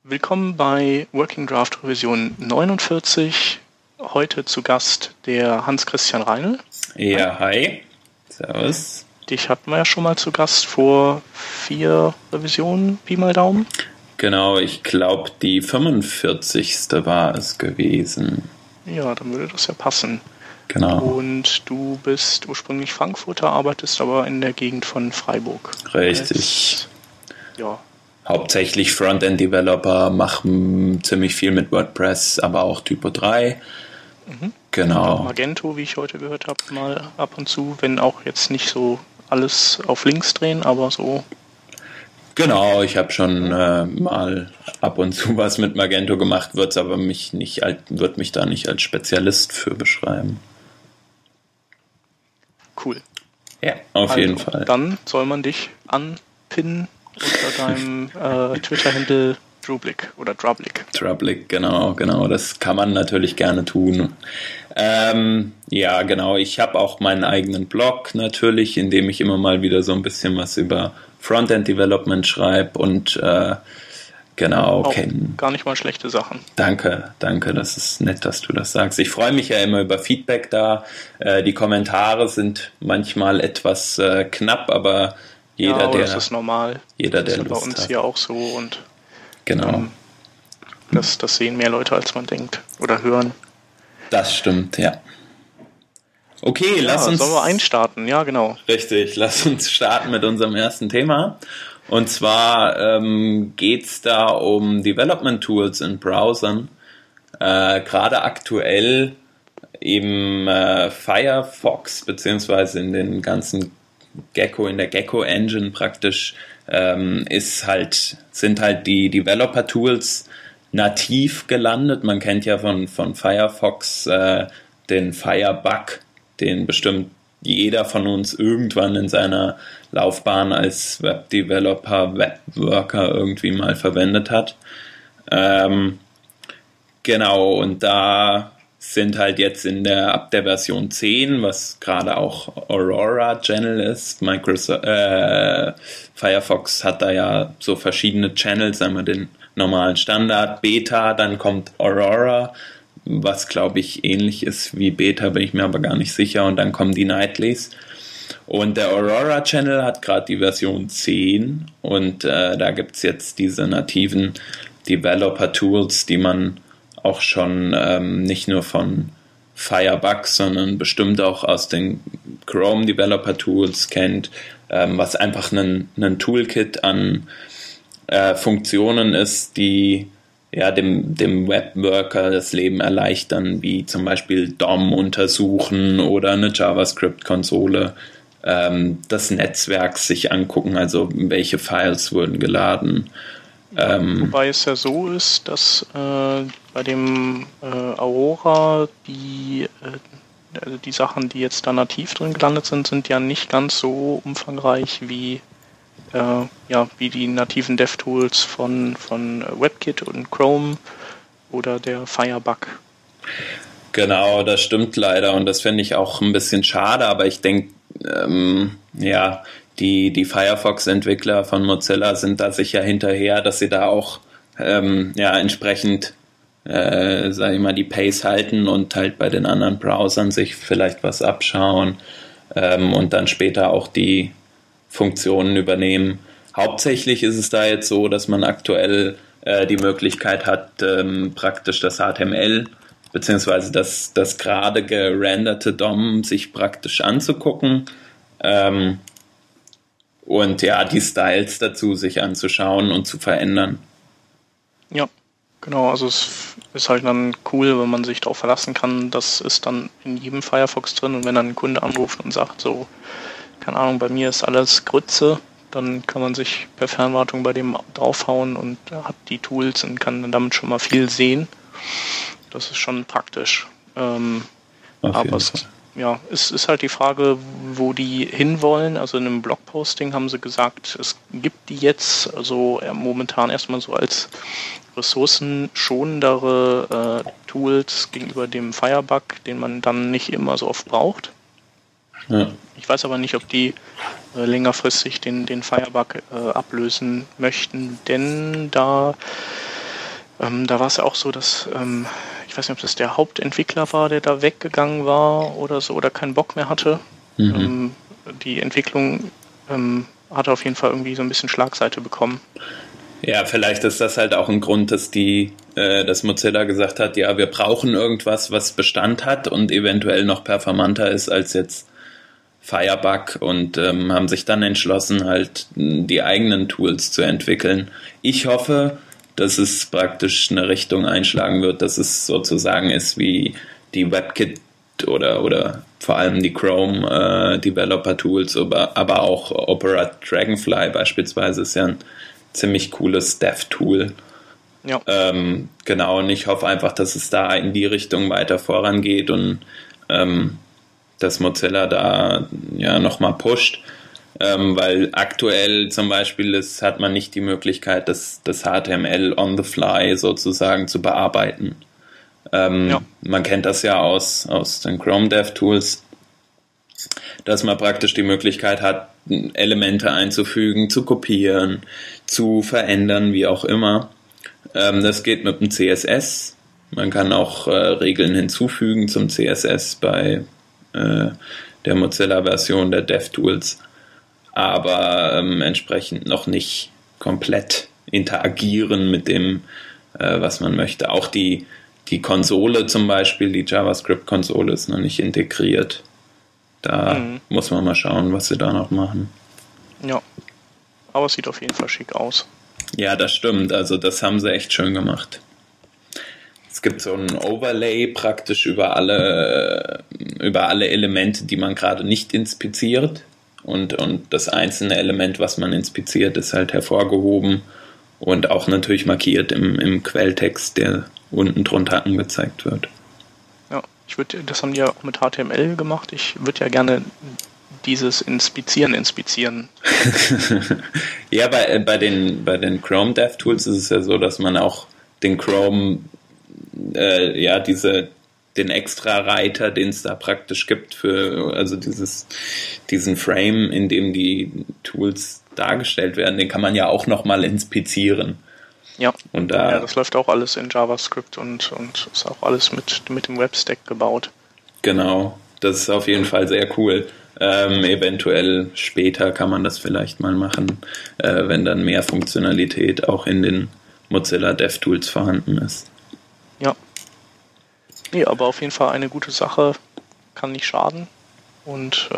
Willkommen bei Working Draft Revision 49. Heute zu Gast der Hans-Christian Reinl. Ja, hi. Servus. Dich hatten wir ja schon mal zu Gast vor 4 Revisionen, Pi mal Daumen. Genau, ich glaube, die 45. war es gewesen. Ja, dann würde das ja passen. Genau. Und du bist ursprünglich Frankfurter, arbeitest aber in der Gegend von Freiburg. Richtig. Ja. Hauptsächlich Frontend-Developer, machen ziemlich viel mit WordPress, aber auch Typo 3. Genau. Magento, wie ich heute gehört habe, mal ab und zu, wenn auch jetzt nicht so alles auf links drehen, aber so. Genau, ich habe schon mal ab und zu was mit Magento gemacht, würde mich da nicht als Spezialist für beschreiben. Cool. Ja, auf jeden Fall. Dann soll man dich anpinnen unter deinem Twitter-Handle Drublick oder Drublick. Drublick, genau. Das kann man natürlich gerne tun. Ja, genau. Ich habe auch meinen eigenen Blog natürlich, in dem ich immer mal wieder so ein bisschen was über Frontend-Development schreibe und genau. Auch gar nicht mal schlechte Sachen. Danke. Das ist nett, dass du das sagst. Ich freue mich ja immer über Feedback da. Die Kommentare sind manchmal etwas knapp, aber das ist normal. Jeder, das der ist Lust bei uns hat. hier auch so und genau. Das sehen mehr Leute, als man denkt oder hören. Das stimmt, ja. Okay, lass uns... Sollen wir einstarten? Ja, genau. Richtig, lass uns starten mit unserem ersten Thema. Und zwar geht es da um Development Tools in Browsern. Gerade aktuell eben Firefox, beziehungsweise in den ganzen in der Gecko Engine praktisch, sind halt die Developer Tools nativ gelandet. Man kennt ja von Firefox den Firebug, den bestimmt jeder von uns irgendwann in seiner Laufbahn als Webdeveloper, Webworker irgendwie mal verwendet hat. Genau, und da sind halt jetzt ab der Version 10, was gerade auch Aurora Channel ist. Firefox hat da ja so verschiedene Channels, einmal den normalen Standard, Beta, dann kommt Aurora, was glaube ich ähnlich ist wie Beta, bin ich mir aber gar nicht sicher, und dann kommen die Nightlies. Und der Aurora Channel hat gerade die Version 10 und da gibt es jetzt diese nativen Developer Tools, die man auch schon nicht nur von Firebug, sondern bestimmt auch aus den Chrome Developer Tools kennt, was einfach ein Toolkit an Funktionen ist, die ja dem Webworker das Leben erleichtern, wie zum Beispiel DOM untersuchen oder eine JavaScript-Konsole, das Netzwerk sich angucken, also welche Files wurden geladen. Wobei es ja so ist, dass bei dem Aurora die Sachen, die jetzt da nativ drin gelandet sind ja nicht ganz so umfangreich wie die nativen DevTools von WebKit und Chrome oder der Firebug. Genau, das stimmt leider und das finde ich auch ein bisschen schade, aber ich denke, die Firefox-Entwickler von Mozilla sind da sicher hinterher, dass sie da auch entsprechend sag ich mal, die Pace halten und halt bei den anderen Browsern sich vielleicht was abschauen und dann später auch die Funktionen übernehmen. Hauptsächlich ist es da jetzt so, dass man aktuell die Möglichkeit hat, praktisch das HTML beziehungsweise das gerade gerenderte DOM sich praktisch anzugucken und ja, die Styles dazu sich anzuschauen und zu verändern. Ja, genau, also es ist halt dann cool, wenn man sich darauf verlassen kann, das ist dann in jedem Firefox drin und wenn dann ein Kunde anruft und sagt so, keine Ahnung, bei mir ist alles Grütze, dann kann man sich per Fernwartung bei dem draufhauen und hat die Tools und kann dann damit schon mal viel sehen. Das ist schon praktisch. Aber es ist halt die Frage, wo die hinwollen. Also in einem Blogposting haben sie gesagt, es gibt die jetzt also momentan erstmal so als ressourcenschonendere Tools gegenüber dem Firebug, den man dann nicht immer so oft braucht. Ja. Ich weiß aber nicht, ob die längerfristig den Firebug ablösen möchten, denn da Da war es ja auch so, dass, ich weiß nicht, ob das der Hauptentwickler war, der da weggegangen war oder so, oder keinen Bock mehr hatte. Die Entwicklung hat auf jeden Fall irgendwie so ein bisschen Schlagseite bekommen. Ja, vielleicht ist das halt auch ein Grund, dass dass Mozilla gesagt hat, ja, wir brauchen irgendwas, was Bestand hat und eventuell noch performanter ist als jetzt Firebug, und haben sich dann entschlossen, halt die eigenen Tools zu entwickeln. Ich hoffe, dass es praktisch eine Richtung einschlagen wird, dass es sozusagen ist wie die WebKit oder vor allem die Chrome Developer Tools, aber auch Opera Dragonfly beispielsweise ist ja ein ziemlich cooles Dev-Tool. Ja. Genau, und ich hoffe einfach, dass es da in die Richtung weiter vorangeht und dass Mozilla da ja nochmal pusht, weil aktuell zum Beispiel hat man nicht die Möglichkeit, das HTML on the fly sozusagen zu bearbeiten. Man kennt das ja aus den Chrome DevTools, dass man praktisch die Möglichkeit hat, Elemente einzufügen, zu kopieren, zu verändern, wie auch immer. Das geht mit dem CSS. Man kann auch Regeln hinzufügen zum CSS bei der Mozilla-Version der DevTools, aber entsprechend noch nicht komplett interagieren mit dem, was man möchte. Auch die Konsole zum Beispiel, die JavaScript-Konsole ist noch nicht integriert. Da muss man mal schauen, was sie da noch machen. Ja, aber es sieht auf jeden Fall schick aus. Ja, das stimmt. Also das haben sie echt schön gemacht. Es gibt so ein Overlay praktisch über alle Elemente, die man gerade nicht inspiziert. Und das einzelne Element, was man inspiziert, ist halt hervorgehoben und auch natürlich markiert im Quelltext, der unten drunter angezeigt wird. Ja, das haben die ja auch mit HTML gemacht. Ich würde ja gerne dieses inspizieren. Ja, bei den Chrome DevTools ist es ja so, dass man auch den Chrome, den extra Reiter, den es da praktisch gibt also diesen Frame, in dem die Tools dargestellt werden, den kann man ja auch nochmal inspizieren. Ja, und das läuft auch alles in JavaScript und ist auch alles mit dem Webstack gebaut. Genau, das ist auf jeden Fall sehr cool. Eventuell später kann man das vielleicht mal machen, wenn dann mehr Funktionalität auch in den Mozilla DevTools vorhanden ist. Ja. Nee, aber auf jeden Fall eine gute Sache, kann nicht schaden. Und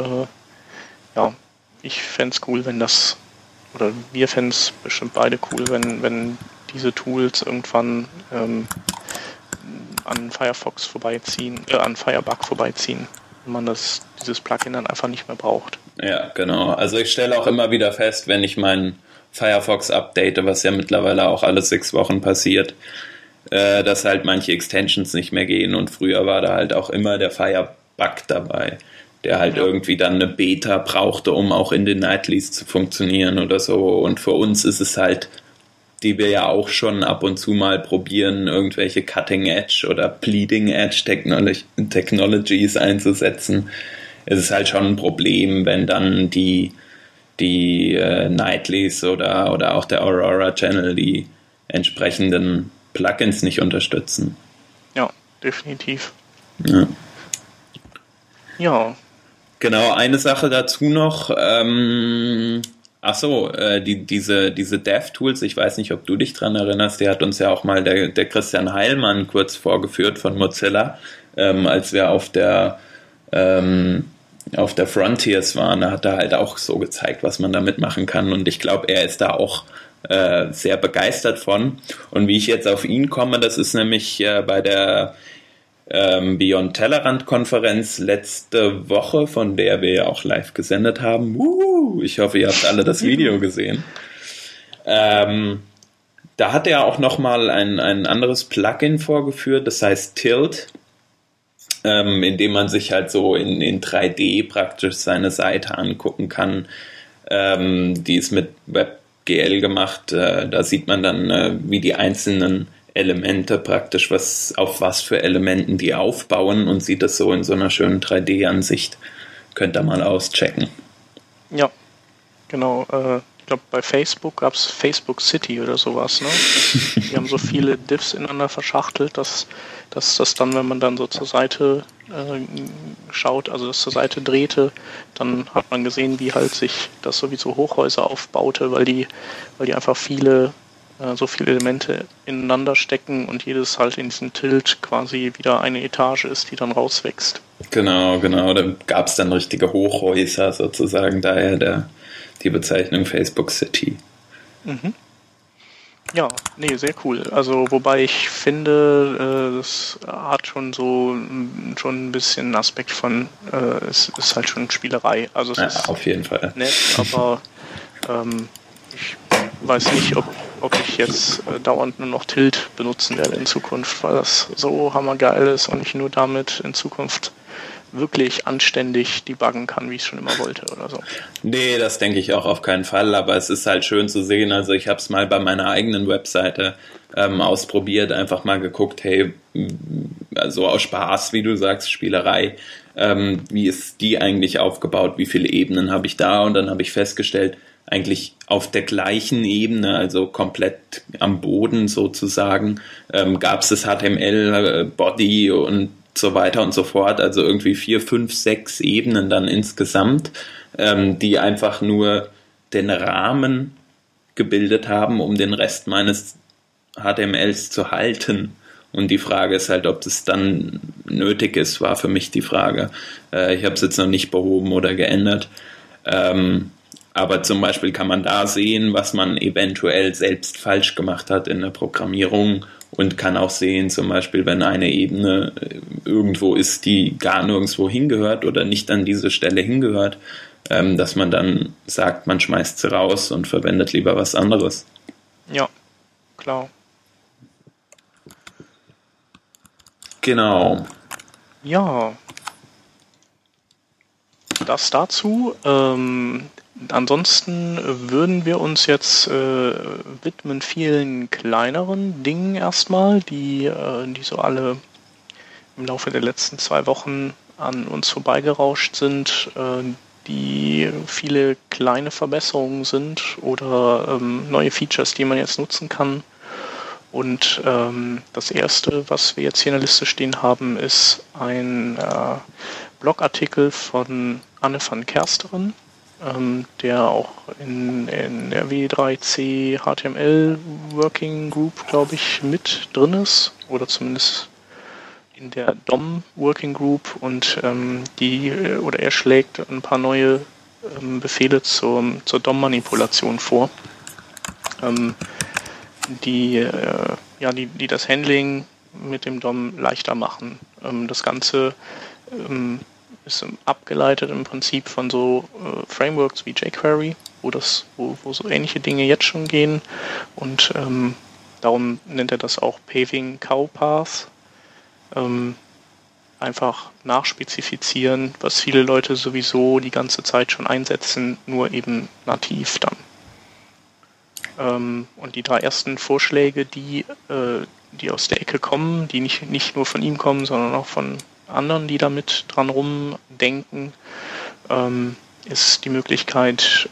ich fände es cool, oder wir fänden es bestimmt beide cool, wenn diese Tools irgendwann an Firefox an Firebug vorbeiziehen, wenn man dieses Plugin dann einfach nicht mehr braucht. Ja, genau. Also ich stelle auch immer wieder fest, wenn ich meinen Firefox update, was ja mittlerweile auch alle 6 Wochen passiert, dass halt manche Extensions nicht mehr gehen, und früher war da halt auch immer der Firebug dabei, der halt irgendwie dann eine Beta brauchte, um auch in den Nightlies zu funktionieren oder so. Und für uns ist es halt, die wir ja auch schon ab und zu mal probieren, irgendwelche Cutting-Edge oder Bleeding-Edge Technologies einzusetzen. Es ist halt schon ein Problem, wenn dann die Nightlies oder auch der Aurora Channel die entsprechenden Plugins nicht unterstützen. Ja, definitiv. Ja. Ja. Genau, eine Sache dazu noch. Diese DevTools, ich weiß nicht, ob du dich dran erinnerst, der hat uns ja auch mal der Christian Heilmann kurz vorgeführt von Mozilla, als wir auf der Frontiers waren. Da hat er halt auch so gezeigt, was man damit machen kann, und ich glaube, er ist da auch sehr begeistert von. Und wie ich jetzt auf ihn komme, das ist nämlich bei der Beyond Tellerrand-Konferenz letzte Woche, von der wir ja auch live gesendet haben. Ich hoffe, ihr habt alle das Video gesehen. Da hat er auch nochmal ein anderes Plugin vorgeführt, das heißt Tilt, in dem man sich halt so in 3D praktisch seine Seite angucken kann. Die ist mit WebGL gemacht. Da sieht man dann, wie die einzelnen Elemente praktisch, auf was für Elementen die aufbauen, und sieht das so in so einer schönen 3D-Ansicht. Könnt ihr mal auschecken. Ja, genau. Ich glaube, bei Facebook gab es Facebook City oder sowas, ne? Die haben so viele Diffs ineinander verschachtelt, dass das dann, wenn man dann so zur Seite schaut, also das zur Seite drehte, dann hat man gesehen, wie halt sich das sowieso Hochhäuser aufbaute, weil die einfach so viele Elemente ineinander stecken und jedes halt in diesem Tilt quasi wieder eine Etage ist, die dann rauswächst. Genau. Da gab es dann richtige Hochhäuser sozusagen, daher die Bezeichnung Facebook City. Mhm. Ja, nee, sehr cool. Also wobei ich finde, das hat schon ein bisschen einen Aspekt von, es ist halt schon Spielerei. Also es ist auf jeden Fall nett, aber ich weiß nicht, ob ich jetzt dauernd nur noch Tilt benutzen werde in Zukunft, weil das so hammergeil ist und ich nur damit in Zukunft wirklich anständig debuggen kann, wie ich es schon immer wollte oder so. Nee, das denke ich auch auf keinen Fall, aber es ist halt schön zu sehen. Also ich habe es mal bei meiner eigenen Webseite ausprobiert, einfach mal geguckt, hey, also aus Spaß, wie du sagst, Spielerei, wie ist die eigentlich aufgebaut, wie viele Ebenen habe ich da? Und dann habe ich festgestellt, eigentlich auf der gleichen Ebene, also komplett am Boden sozusagen, gab es das HTML, Body und so weiter und so fort, also irgendwie 4, 5, 6 Ebenen dann insgesamt, die einfach nur den Rahmen gebildet haben, um den Rest meines HTMLs zu halten. Und die Frage ist halt, ob das dann nötig ist, war für mich die Frage. Ich habe es jetzt noch nicht behoben oder geändert. Aber zum Beispiel kann man da sehen, was man eventuell selbst falsch gemacht hat in der Programmierung und kann auch sehen, zum Beispiel, wenn eine Ebene irgendwo ist, die gar nirgendwo hingehört oder nicht an diese Stelle hingehört, dass man dann sagt, man schmeißt sie raus und verwendet lieber was anderes. Ja, klar. Genau. Ja, das dazu. Ansonsten würden wir uns jetzt widmen vielen kleineren Dingen erstmal, die so alle im Laufe der letzten 2 Wochen an uns vorbeigerauscht sind, die viele kleine Verbesserungen sind oder neue Features, die man jetzt nutzen kann. Und das erste, was wir jetzt hier in der Liste stehen haben, ist ein Blogartikel von Anne van Kersteren, der auch in der W3C HTML Working Group, glaube ich, mit drin ist, oder zumindest in der DOM Working Group, und er schlägt ein paar neue Befehle zur DOM-Manipulation vor, die das Handling mit dem DOM leichter machen. Das Ganze ist abgeleitet im Prinzip von so Frameworks wie jQuery, wo so ähnliche Dinge jetzt schon gehen, und darum nennt er das auch Paving Cow Path. Einfach nachspezifizieren, was viele Leute sowieso die ganze Zeit schon einsetzen, nur eben nativ dann. Und die 3 ersten Vorschläge, die aus der Ecke kommen, die nicht nur von ihm kommen, sondern auch von anderen, die da mit dran rumdenken, ist die Möglichkeit,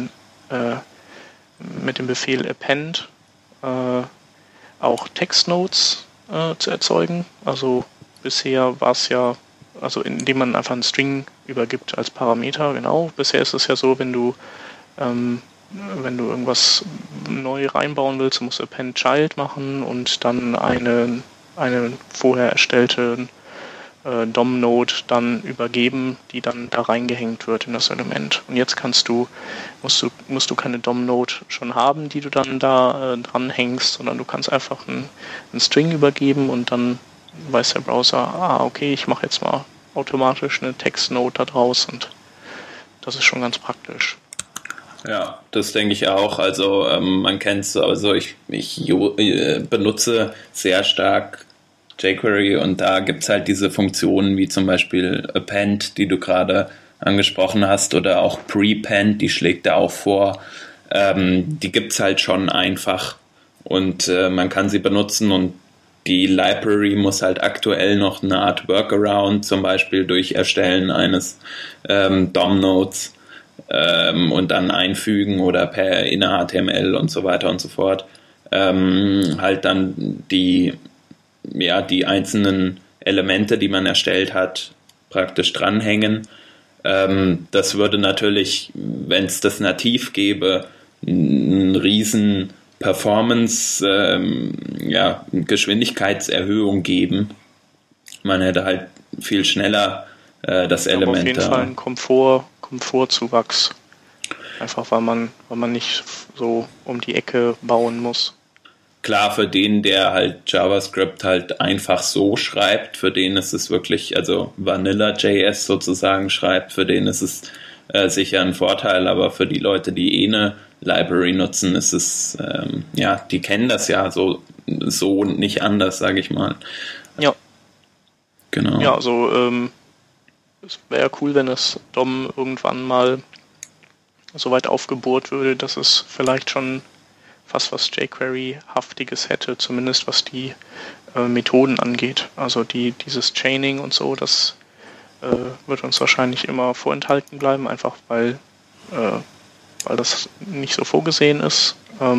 mit dem Befehl append auch Textnodes zu erzeugen. Also bisher war es ja, also indem man einfach einen String übergibt als Parameter, genau. Bisher ist es ja so, wenn du irgendwas neu reinbauen willst, musst du append child machen und dann eine vorher erstellte DOM-Node dann übergeben, die dann da reingehängt wird in das Element. Und jetzt musst du keine DOM-Node schon haben, die du dann da dranhängst, sondern du kannst einfach einen String übergeben und dann weiß der Browser, okay, ich mache jetzt mal automatisch eine Text-Node da draus, und das ist schon ganz praktisch. Ja, das denke ich auch. Also man kennt es, also ich benutze sehr stark jQuery, und da gibt es halt diese Funktionen wie zum Beispiel append, die du gerade angesprochen hast, oder auch prepend, die schlägt er auch vor. Die gibt es halt schon einfach, und man kann sie benutzen, und die Library muss halt aktuell noch eine Art Workaround, zum Beispiel durch Erstellen eines DOM-Nodes, und dann einfügen oder per inner HTML und so weiter und so fort, halt dann die einzelnen Elemente, die man erstellt hat, praktisch dranhängen. Das würde natürlich, wenn es das nativ gäbe, einen riesen Performance, Geschwindigkeitserhöhung geben. Man hätte halt viel schneller das Element. Aber auf jeden Fall ein Komfortzuwachs. Einfach weil man nicht so um die Ecke bauen muss. Klar, für den, der halt JavaScript halt einfach so schreibt, für den ist es wirklich, also Vanilla.js sozusagen schreibt, für den ist es sicher ein Vorteil, aber für die Leute, die eine Library nutzen, ist es, die kennen das ja so und nicht anders, sage ich mal. Ja. Genau. Ja, also es wäre ja cool, wenn das DOM irgendwann mal so weit aufgebohrt würde, dass es vielleicht schon fast was jQuery-haftiges hätte, zumindest was die Methoden angeht. Also dieses Chaining und so, das wird uns wahrscheinlich immer vorenthalten bleiben, einfach weil das nicht so vorgesehen ist.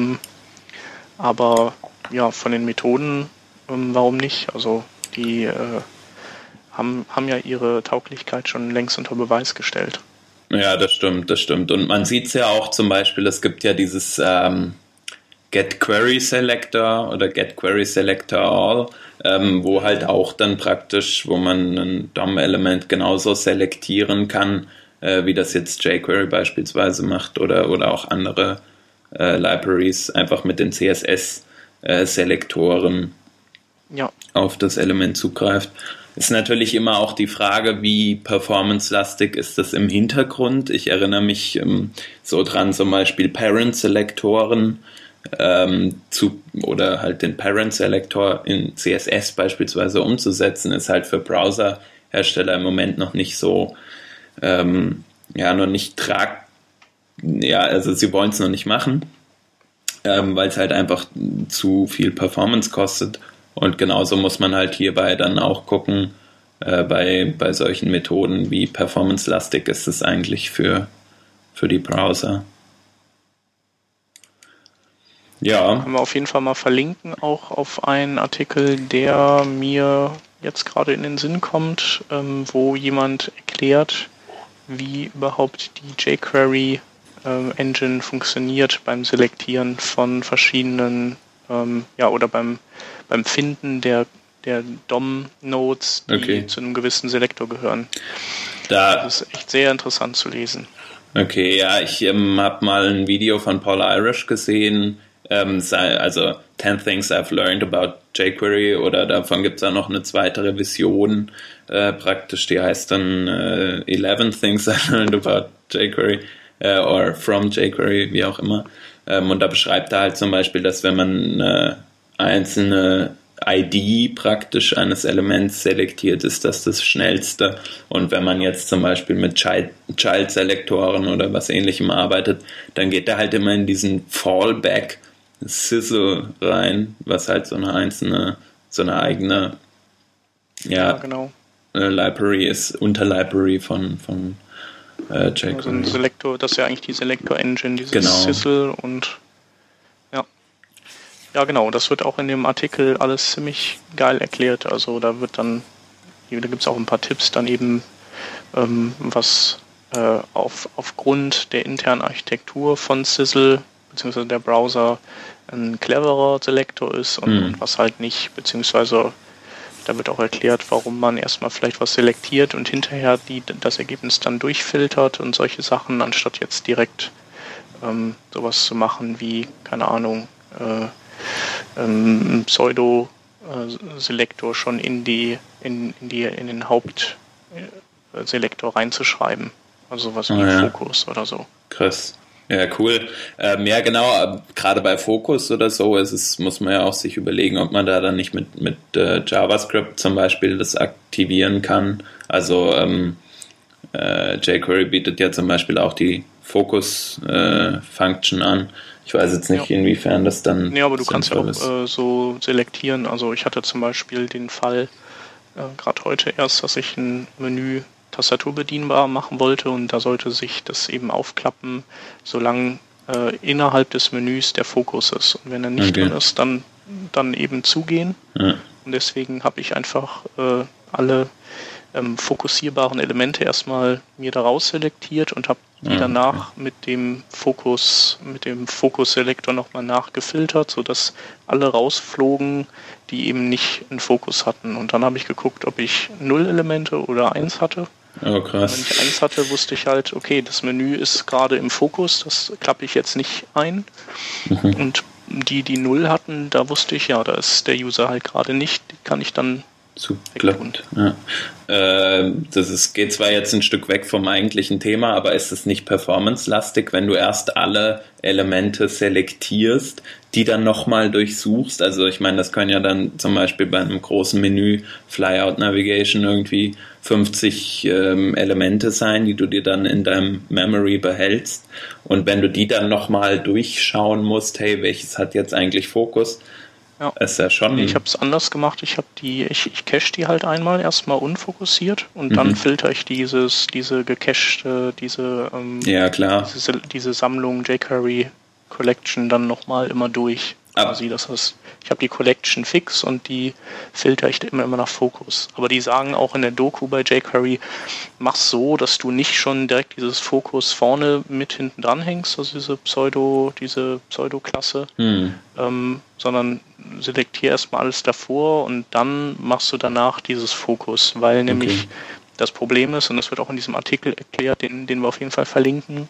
Aber ja, von den Methoden, warum nicht? Also die haben ja ihre Tauglichkeit schon längst unter Beweis gestellt. Ja, das stimmt. Und man sieht es ja auch zum Beispiel, es gibt ja dieses Get-Query-Selector oder Get-Query-Selector-All, wo halt auch dann praktisch, wo man ein DOM-Element genauso selektieren kann, wie das jetzt jQuery beispielsweise macht oder auch andere Libraries, einfach mit den CSS-Selektoren auf das Element zugreift. Ist natürlich immer auch die Frage, wie performance-lastig ist das im Hintergrund. Ich erinnere mich so dran, zum Beispiel Parent-Selektoren oder halt den Parent-Selektor in CSS beispielsweise umzusetzen, ist halt für Browser-Hersteller im Moment noch nicht so, noch nicht also sie wollen es noch nicht machen, weil es halt einfach zu viel Performance kostet. Und genauso muss man halt hierbei dann auch gucken, bei solchen Methoden, wie performance-lastig ist es eigentlich für die Browser. Ja. Können wir auf jeden Fall mal verlinken, auch auf einen Artikel, der mir jetzt gerade in den Sinn kommt, wo jemand erklärt, wie überhaupt die jQuery Engine funktioniert beim Selektieren von verschiedenen, oder beim Finden der DOM-Nodes, die zu einem gewissen Selektor gehören. Das ist echt sehr interessant zu lesen. Okay, ja, ich habe mal ein Video von Paul Irish gesehen, also 10 Things I've Learned About jQuery, oder davon gibt es auch noch eine zweite Revision, praktisch, die heißt dann 11 Things I've Learned About jQuery or from jQuery, wie auch immer. Und da beschreibt er halt zum Beispiel, dass wenn man eine einzelne ID praktisch eines Elements selektiert, ist das schnellste. Und wenn man jetzt zum Beispiel mit Child-Selektoren oder was Ähnlichem arbeitet, dann geht er halt immer in diesen Fallback-Sizzle rein, was halt so eine eigene Library ist, Unterlibrary von jQuery. Also ein Selektor, das ist ja eigentlich die Selektor-Engine, dieses Sizzle und ja, genau, das wird auch in dem Artikel alles ziemlich geil erklärt. Also da gibt es auch ein paar Tipps dann eben, was aufgrund der internen Architektur von Sizzle bzw. der Browser ein cleverer Selektor ist und was halt nicht, beziehungsweise da wird auch erklärt, warum man erstmal vielleicht was selektiert und hinterher das Ergebnis dann durchfiltert und solche Sachen, anstatt jetzt direkt sowas zu machen wie, keine Ahnung, Pseudo-Selektor schon in den Hauptselektor reinzuschreiben. Also sowas wie Fokus oder so. Krass. Ja, cool. Ja, genau, gerade bei Fokus oder so muss man ja auch sich überlegen, ob man da dann nicht mit JavaScript zum Beispiel das aktivieren kann. Also jQuery bietet ja zum Beispiel auch die Focus-Function an. Ich weiß jetzt nicht, inwiefern das dann. Nee, aber du kannst ja auch so selektieren. Also ich hatte zum Beispiel den Fall, gerade heute erst, dass ich ein Menü Tastatur bedienbar machen wollte und da sollte sich das eben aufklappen, solange innerhalb des Menüs der Fokus ist. Und wenn er nicht drin ist, dann eben zugehen. Ja. Und deswegen habe ich einfach alle fokussierbaren Elemente erstmal mir daraus selektiert und habe die danach mit dem Fokus-Selektor nochmal nachgefiltert, sodass alle rausflogen, die eben nicht einen Fokus hatten. Und dann habe ich geguckt, ob ich 0 Elemente oder 1 hatte. Oh, krass. Wenn ich 1 hatte, wusste ich halt, okay, das Menü ist gerade im Fokus, das klappe ich jetzt nicht ein. Und die 0 hatten, da wusste ich, ja, da ist der User halt gerade nicht, die kann ich dann zuklappt. Ja. Geht zwar jetzt ein Stück weg vom eigentlichen Thema, aber ist es nicht performance-lastig, wenn du erst alle Elemente selektierst, die dann nochmal durchsuchst? Also ich meine, das können ja dann zum Beispiel bei einem großen Menü Flyout Navigation irgendwie 50 Elemente sein, die du dir dann in deinem Memory behältst. Und wenn du die dann nochmal durchschauen musst, hey, welches hat jetzt eigentlich Fokus? Ja. Ist ja schon. Ich habe es anders gemacht. Ich cache die halt einmal erstmal unfokussiert und dann filter ich diese gecachte, diese Sammlung jQuery Collection dann nochmal immer durch. Quasi, das heißt, ich habe die Collection fix und die filter ich immer nach Fokus. Aber die sagen auch in der Doku bei jQuery, mach's so, dass du nicht schon direkt dieses Fokus vorne mit hinten dran hängst, also diese Pseudo-Klasse, sondern selektier erstmal alles davor und dann machst du danach dieses Fokus, weil nämlich das Problem ist, und das wird auch in diesem Artikel erklärt, den wir auf jeden Fall verlinken,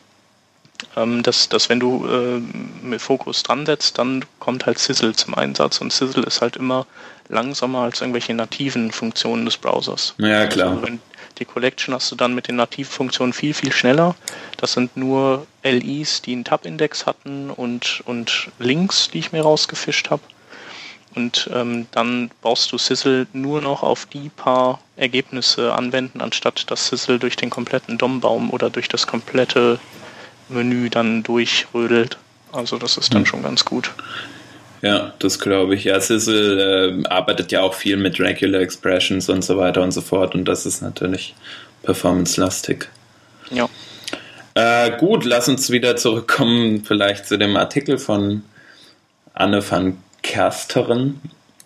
dass wenn du mit Fokus dran setzt, dann kommt halt Sizzle zum Einsatz und Sizzle ist halt immer langsamer als irgendwelche nativen Funktionen des Browsers. Ja, klar. Also die Collection hast du dann mit den nativen Funktionen viel, viel schneller. Das sind nur LIs, die einen Tab-Index hatten und Links, die ich mir rausgefischt habe. Und dann brauchst du Sizzle nur noch auf die paar Ergebnisse anwenden, anstatt dass Sizzle durch den kompletten DOM-Baum oder durch das komplette Menü dann durchrödelt. Also das ist dann schon ganz gut. Ja, das glaube ich. Ja, Sizzle arbeitet ja auch viel mit Regular Expressions und so weiter und so fort und das ist natürlich performance-lastig. Ja. Gut, lass uns wieder zurückkommen vielleicht zu dem Artikel von Anne van Kersteren.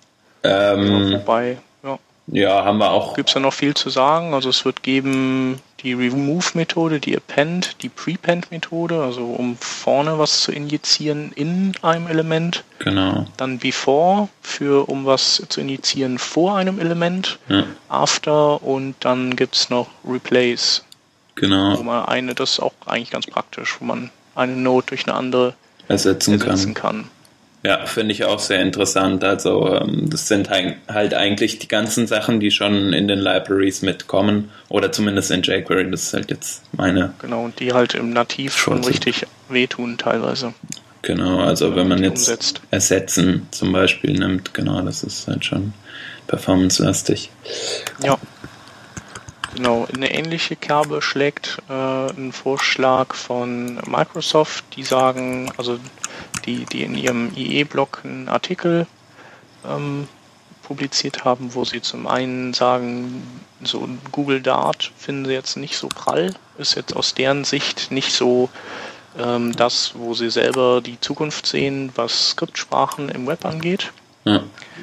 Wobei, ja, haben wir auch. Gibt es ja noch viel zu sagen. Also es wird geben die Remove-Methode, die Append, die Prepend-Methode, also um vorne was zu injizieren in einem Element. Genau. Dann Before, um was zu injizieren vor einem Element. Ja. After und dann gibt es noch Replace. Genau. Wo man das ist auch eigentlich ganz praktisch, wo man eine Node durch eine andere ersetzen kann. Ja, finde ich auch sehr interessant. Also das sind halt eigentlich die ganzen Sachen, die schon in den Libraries mitkommen oder zumindest in jQuery. Das ist halt jetzt meine... Genau, und die halt im Nativ schon richtig wehtun teilweise. Genau, also wenn man jetzt umsetzt. Ersetzen zum Beispiel nimmt, genau, das ist halt schon performance-lastig. Ja. Genau, eine ähnliche Kerbe schlägt ein Vorschlag von Microsoft, die sagen, also die in ihrem IE-Blog einen Artikel publiziert haben, wo sie zum einen sagen, so Google Dart finden sie jetzt nicht so prall, ist jetzt aus deren Sicht nicht so das, wo sie selber die Zukunft sehen, was Skriptsprachen im Web angeht. Ja.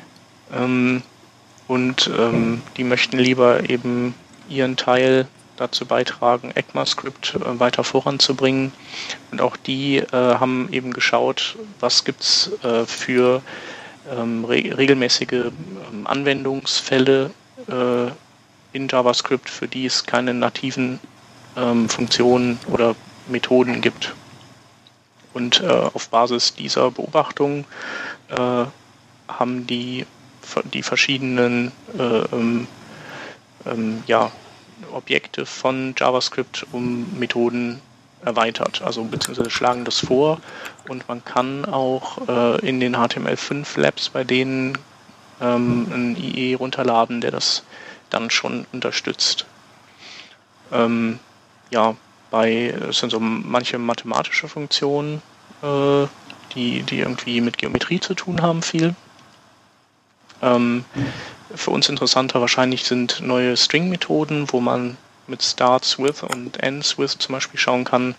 Die möchten lieber eben ihren Teil dazu beitragen, ECMAScript weiter voranzubringen. Und auch die haben eben geschaut, was gibt es für regelmäßige Anwendungsfälle in JavaScript, für die es keine nativen Funktionen oder Methoden gibt. Und auf Basis dieser Beobachtung haben die verschiedenen Objekte von JavaScript um Methoden erweitert, also beziehungsweise schlagen das vor und man kann auch in den HTML5 Labs bei denen ein IE runterladen, der das dann schon unterstützt. Es sind so manche mathematische Funktionen, die irgendwie mit Geometrie zu tun haben viel. Für uns interessanter wahrscheinlich sind neue String-Methoden, wo man mit Starts with und Ends with zum Beispiel schauen kann,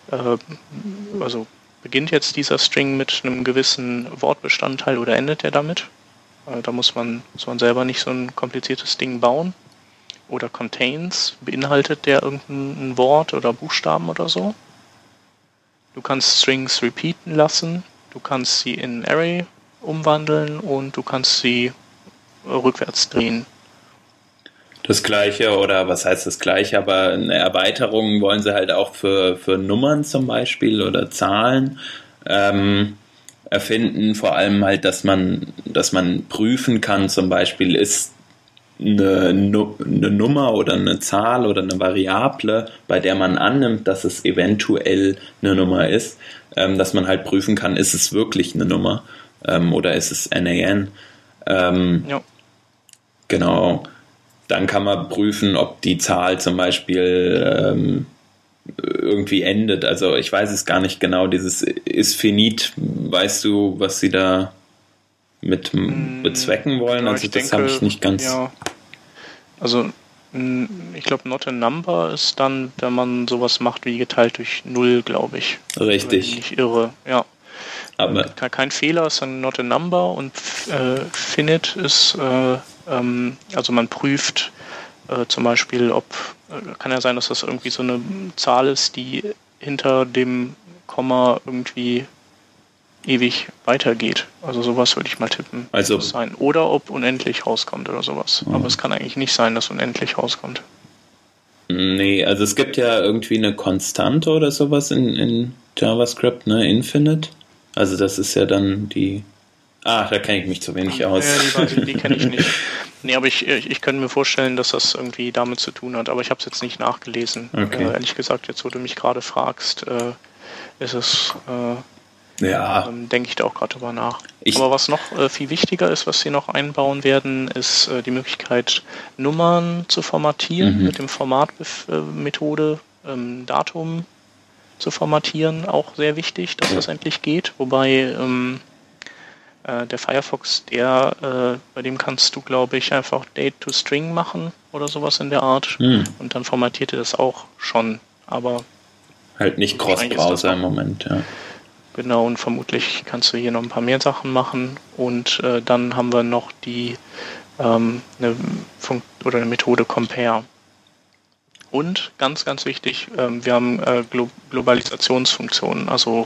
also beginnt jetzt dieser String mit einem gewissen Wortbestandteil oder endet er damit? Da muss man selber nicht so ein kompliziertes Ding bauen. Oder contains, beinhaltet der irgendein Wort oder Buchstaben oder so? Du kannst Strings repeaten lassen, du kannst sie in Array umwandeln und du kannst sie rückwärts drehen. Das Gleiche, oder was heißt das Gleiche, aber eine Erweiterung wollen sie halt auch für Nummern zum Beispiel oder Zahlen erfinden, vor allem halt, dass man prüfen kann, zum Beispiel ist eine Nummer oder eine Zahl oder eine Variable, bei der man annimmt, dass es eventuell eine Nummer ist, dass man halt prüfen kann, ist es wirklich eine Nummer oder ist es NaN. Ja. Genau. Dann kann man prüfen, ob die Zahl zum Beispiel irgendwie endet. Also ich weiß es gar nicht genau, dieses ist finit, weißt du, was sie da mit bezwecken wollen? Ja, also das habe ich nicht ganz... Ja. Also ich glaube, not a number ist dann, wenn man sowas macht wie geteilt durch 0, glaube ich. Richtig. Wenn ich nicht irre, ja. Aber kein Fehler ist dann not a number und finite ist, also man prüft zum Beispiel, kann ja sein, dass das irgendwie so eine Zahl ist, die hinter dem Komma irgendwie ewig weitergeht. Also sowas würde ich mal tippen. Also sein. Oder ob unendlich rauskommt oder sowas. Aber es kann eigentlich nicht sein, dass unendlich rauskommt. Nee, also es gibt ja irgendwie eine Konstante oder sowas in JavaScript, ne? Infinite. Also das ist ja dann die... da kenne ich mich zu wenig aus. Ja, die kenne ich nicht. Nee, aber ich könnte mir vorstellen, dass das irgendwie damit zu tun hat. Aber ich habe es jetzt nicht nachgelesen. Okay. Ehrlich gesagt, jetzt wo du mich gerade fragst, ist es... Ja. Denke ich da auch gerade drüber nach. Aber was noch viel wichtiger ist, was sie noch einbauen werden, ist die Möglichkeit, Nummern zu formatieren mit dem Formatmethode, Datum zu formatieren. Auch sehr wichtig, dass das endlich geht. Wobei der Firefox, bei dem kannst du, glaube ich, einfach Date to String machen oder sowas in der Art. Und dann formatiert er das auch schon. Aber halt nicht Cross-Browser im Moment, ja. Genau, und vermutlich kannst du hier noch ein paar mehr Sachen machen. Und dann haben wir noch eine Methode Compare. Und ganz, ganz wichtig, wir haben Globalisationsfunktionen, also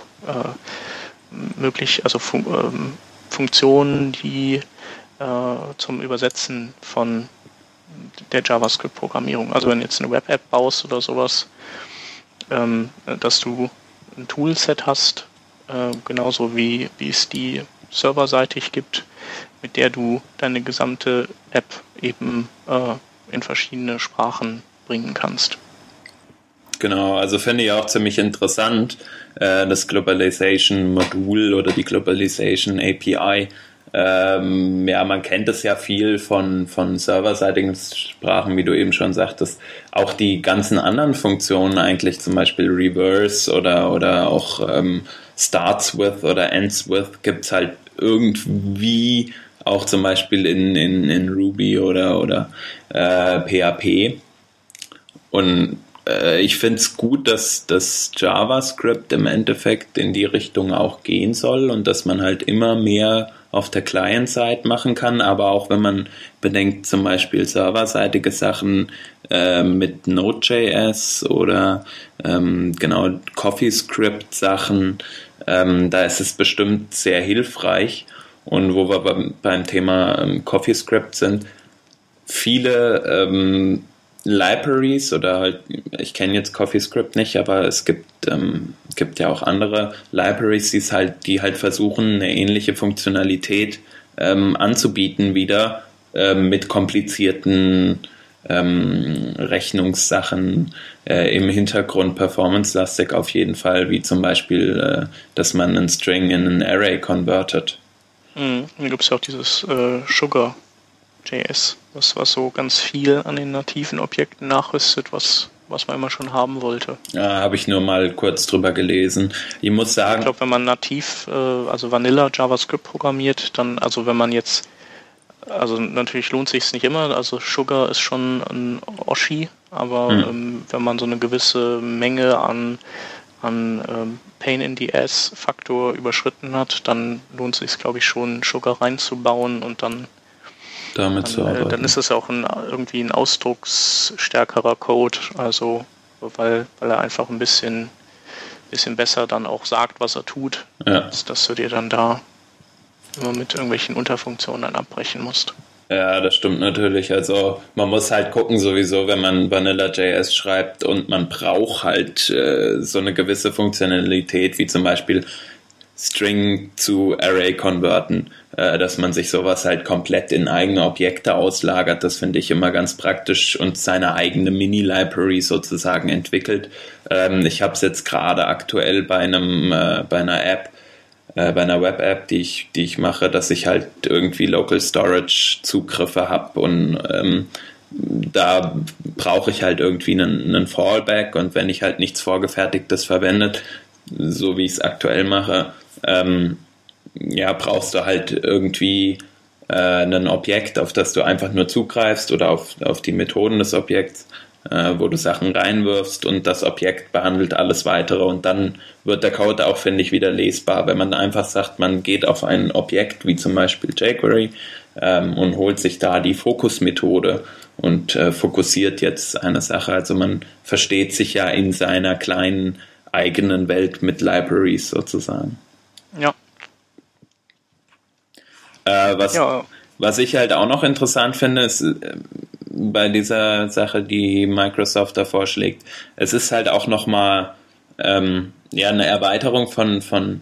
Funktionen, die zum Übersetzen von der JavaScript-Programmierung, also wenn du jetzt eine Web-App baust oder sowas, dass du ein Toolset hast, genauso wie es die serverseitig gibt, mit der du deine gesamte App eben in verschiedene Sprachen bringen kannst. Genau, also finde ich auch ziemlich interessant, das Globalization-Modul oder die Globalization API. Man kennt es ja viel von serverseitigen Sprachen, wie du eben schon sagtest. Auch die ganzen anderen Funktionen eigentlich, zum Beispiel Reverse oder auch Starts with oder Ends with, gibt es halt irgendwie auch zum Beispiel in Ruby oder PHP. Und ich finde es gut, dass das JavaScript im Endeffekt in die Richtung auch gehen soll und dass man halt immer mehr auf der Client-Side machen kann, aber auch wenn man bedenkt, zum Beispiel serverseitige Sachen mit Node.js oder CoffeeScript-Sachen, da ist es bestimmt sehr hilfreich. Und wo wir beim Thema CoffeeScript sind, viele Libraries oder halt, ich kenne jetzt CoffeeScript nicht, aber es gibt ja auch andere Libraries, die halt versuchen, eine ähnliche Funktionalität anzubieten wieder mit komplizierten Rechnungssachen im Hintergrund, performance-lastig auf jeden Fall, wie zum Beispiel, dass man einen String in einen Array convertet. Da gibt es ja auch dieses Sugar.js, was so ganz viel an den nativen Objekten nachrüstet, was man immer schon haben wollte. Ja, habe ich nur mal kurz drüber gelesen. Ich muss sagen... Ich glaube, wenn man nativ, also Vanilla JavaScript programmiert, dann, also wenn man jetzt also natürlich lohnt sich nicht immer. Also Sugar ist schon ein Oschi, aber wenn man so eine gewisse Menge an Pain in the Ass Faktor überschritten hat, dann lohnt es sich, glaube ich, schon, Sugar reinzubauen und dann damit zu arbeiten. Dann ist es ja auch irgendwie ein ausdrucksstärkerer Code, also weil er einfach ein bisschen besser dann auch sagt, was er tut, dass du dir dann da immer mit irgendwelchen Unterfunktionen dann abbrechen musst. Ja, das stimmt natürlich. Also man muss halt gucken sowieso, wenn man Vanilla.js schreibt und man braucht halt so eine gewisse Funktionalität, wie zum Beispiel String zu Array konverten, dass man sich sowas halt komplett in eigene Objekte auslagert. Das finde ich immer ganz praktisch und seine eigene Mini-Library sozusagen entwickelt. Ich habe es jetzt gerade aktuell bei einer App, bei einer Web-App, die ich mache, dass ich halt irgendwie Local Storage Zugriffe habe und da brauche ich halt irgendwie einen Fallback und wenn ich halt nichts Vorgefertigtes verwendet, so wie ich es aktuell mache, brauchst du halt irgendwie ein Objekt, auf das du einfach nur zugreifst oder auf die Methoden des Objekts, wo du Sachen reinwirfst und das Objekt behandelt alles weitere und dann wird der Code auch, finde ich, wieder lesbar. Wenn man einfach sagt, man geht auf ein Objekt, wie zum Beispiel jQuery, und holt sich da die Fokus-Methode und fokussiert jetzt eine Sache. Also man versteht sich ja in seiner kleinen eigenen Welt mit Libraries sozusagen. Ja. Was ich halt auch noch interessant finde, ist bei dieser Sache, die Microsoft da vorschlägt, es ist halt auch nochmal eine Erweiterung von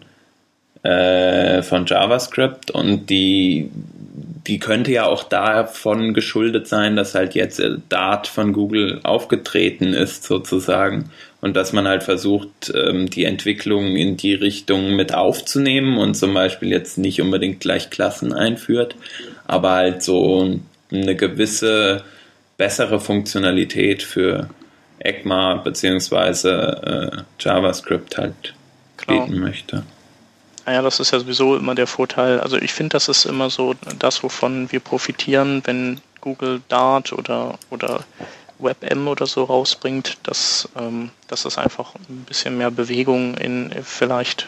JavaScript und die könnte ja auch davon geschuldet sein, dass halt jetzt Dart von Google aufgetreten ist sozusagen und dass man halt versucht, die Entwicklung in die Richtung mit aufzunehmen und zum Beispiel jetzt nicht unbedingt gleich Klassen einführt, aber halt so eine gewisse bessere Funktionalität für ECMA bzw. JavaScript halt bieten möchte. Naja, das ist ja sowieso immer der Vorteil. Also ich finde, das ist immer so das, wovon wir profitieren, wenn Google Dart oder WebM oder so rausbringt, dass das einfach ein bisschen mehr Bewegung in vielleicht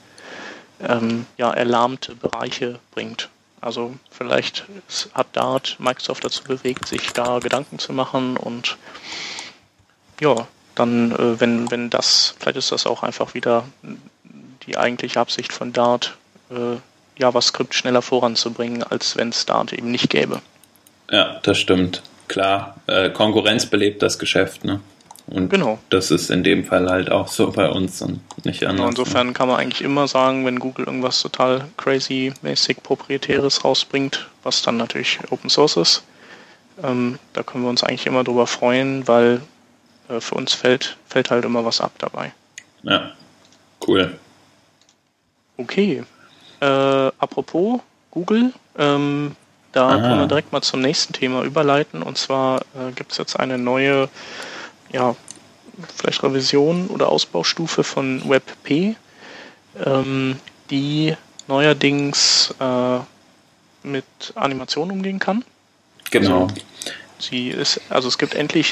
erlahmte Bereiche bringt. Also vielleicht hat Dart Microsoft dazu bewegt, sich da Gedanken zu machen und ja, dann wenn das, vielleicht ist das auch einfach wieder die eigentliche Absicht von Dart, JavaScript schneller voranzubringen, als wenn es Dart eben nicht gäbe. Ja, das stimmt. Klar, Konkurrenz belebt das Geschäft, ne? Und das ist in dem Fall halt auch so bei uns und nicht anders. Genau, insofern kann man eigentlich immer sagen, wenn Google irgendwas total crazy-mäßig Proprietäres rausbringt, was dann natürlich Open Source ist, da können wir uns eigentlich immer drüber freuen, weil für uns fällt halt immer was ab dabei. Ja, cool. Okay, apropos Google, da können wir direkt mal zum nächsten Thema überleiten. Und zwar gibt es jetzt eine neue, vielleicht Revision oder Ausbaustufe von WebP, die neuerdings mit Animationen umgehen kann. Genau. Also es gibt endlich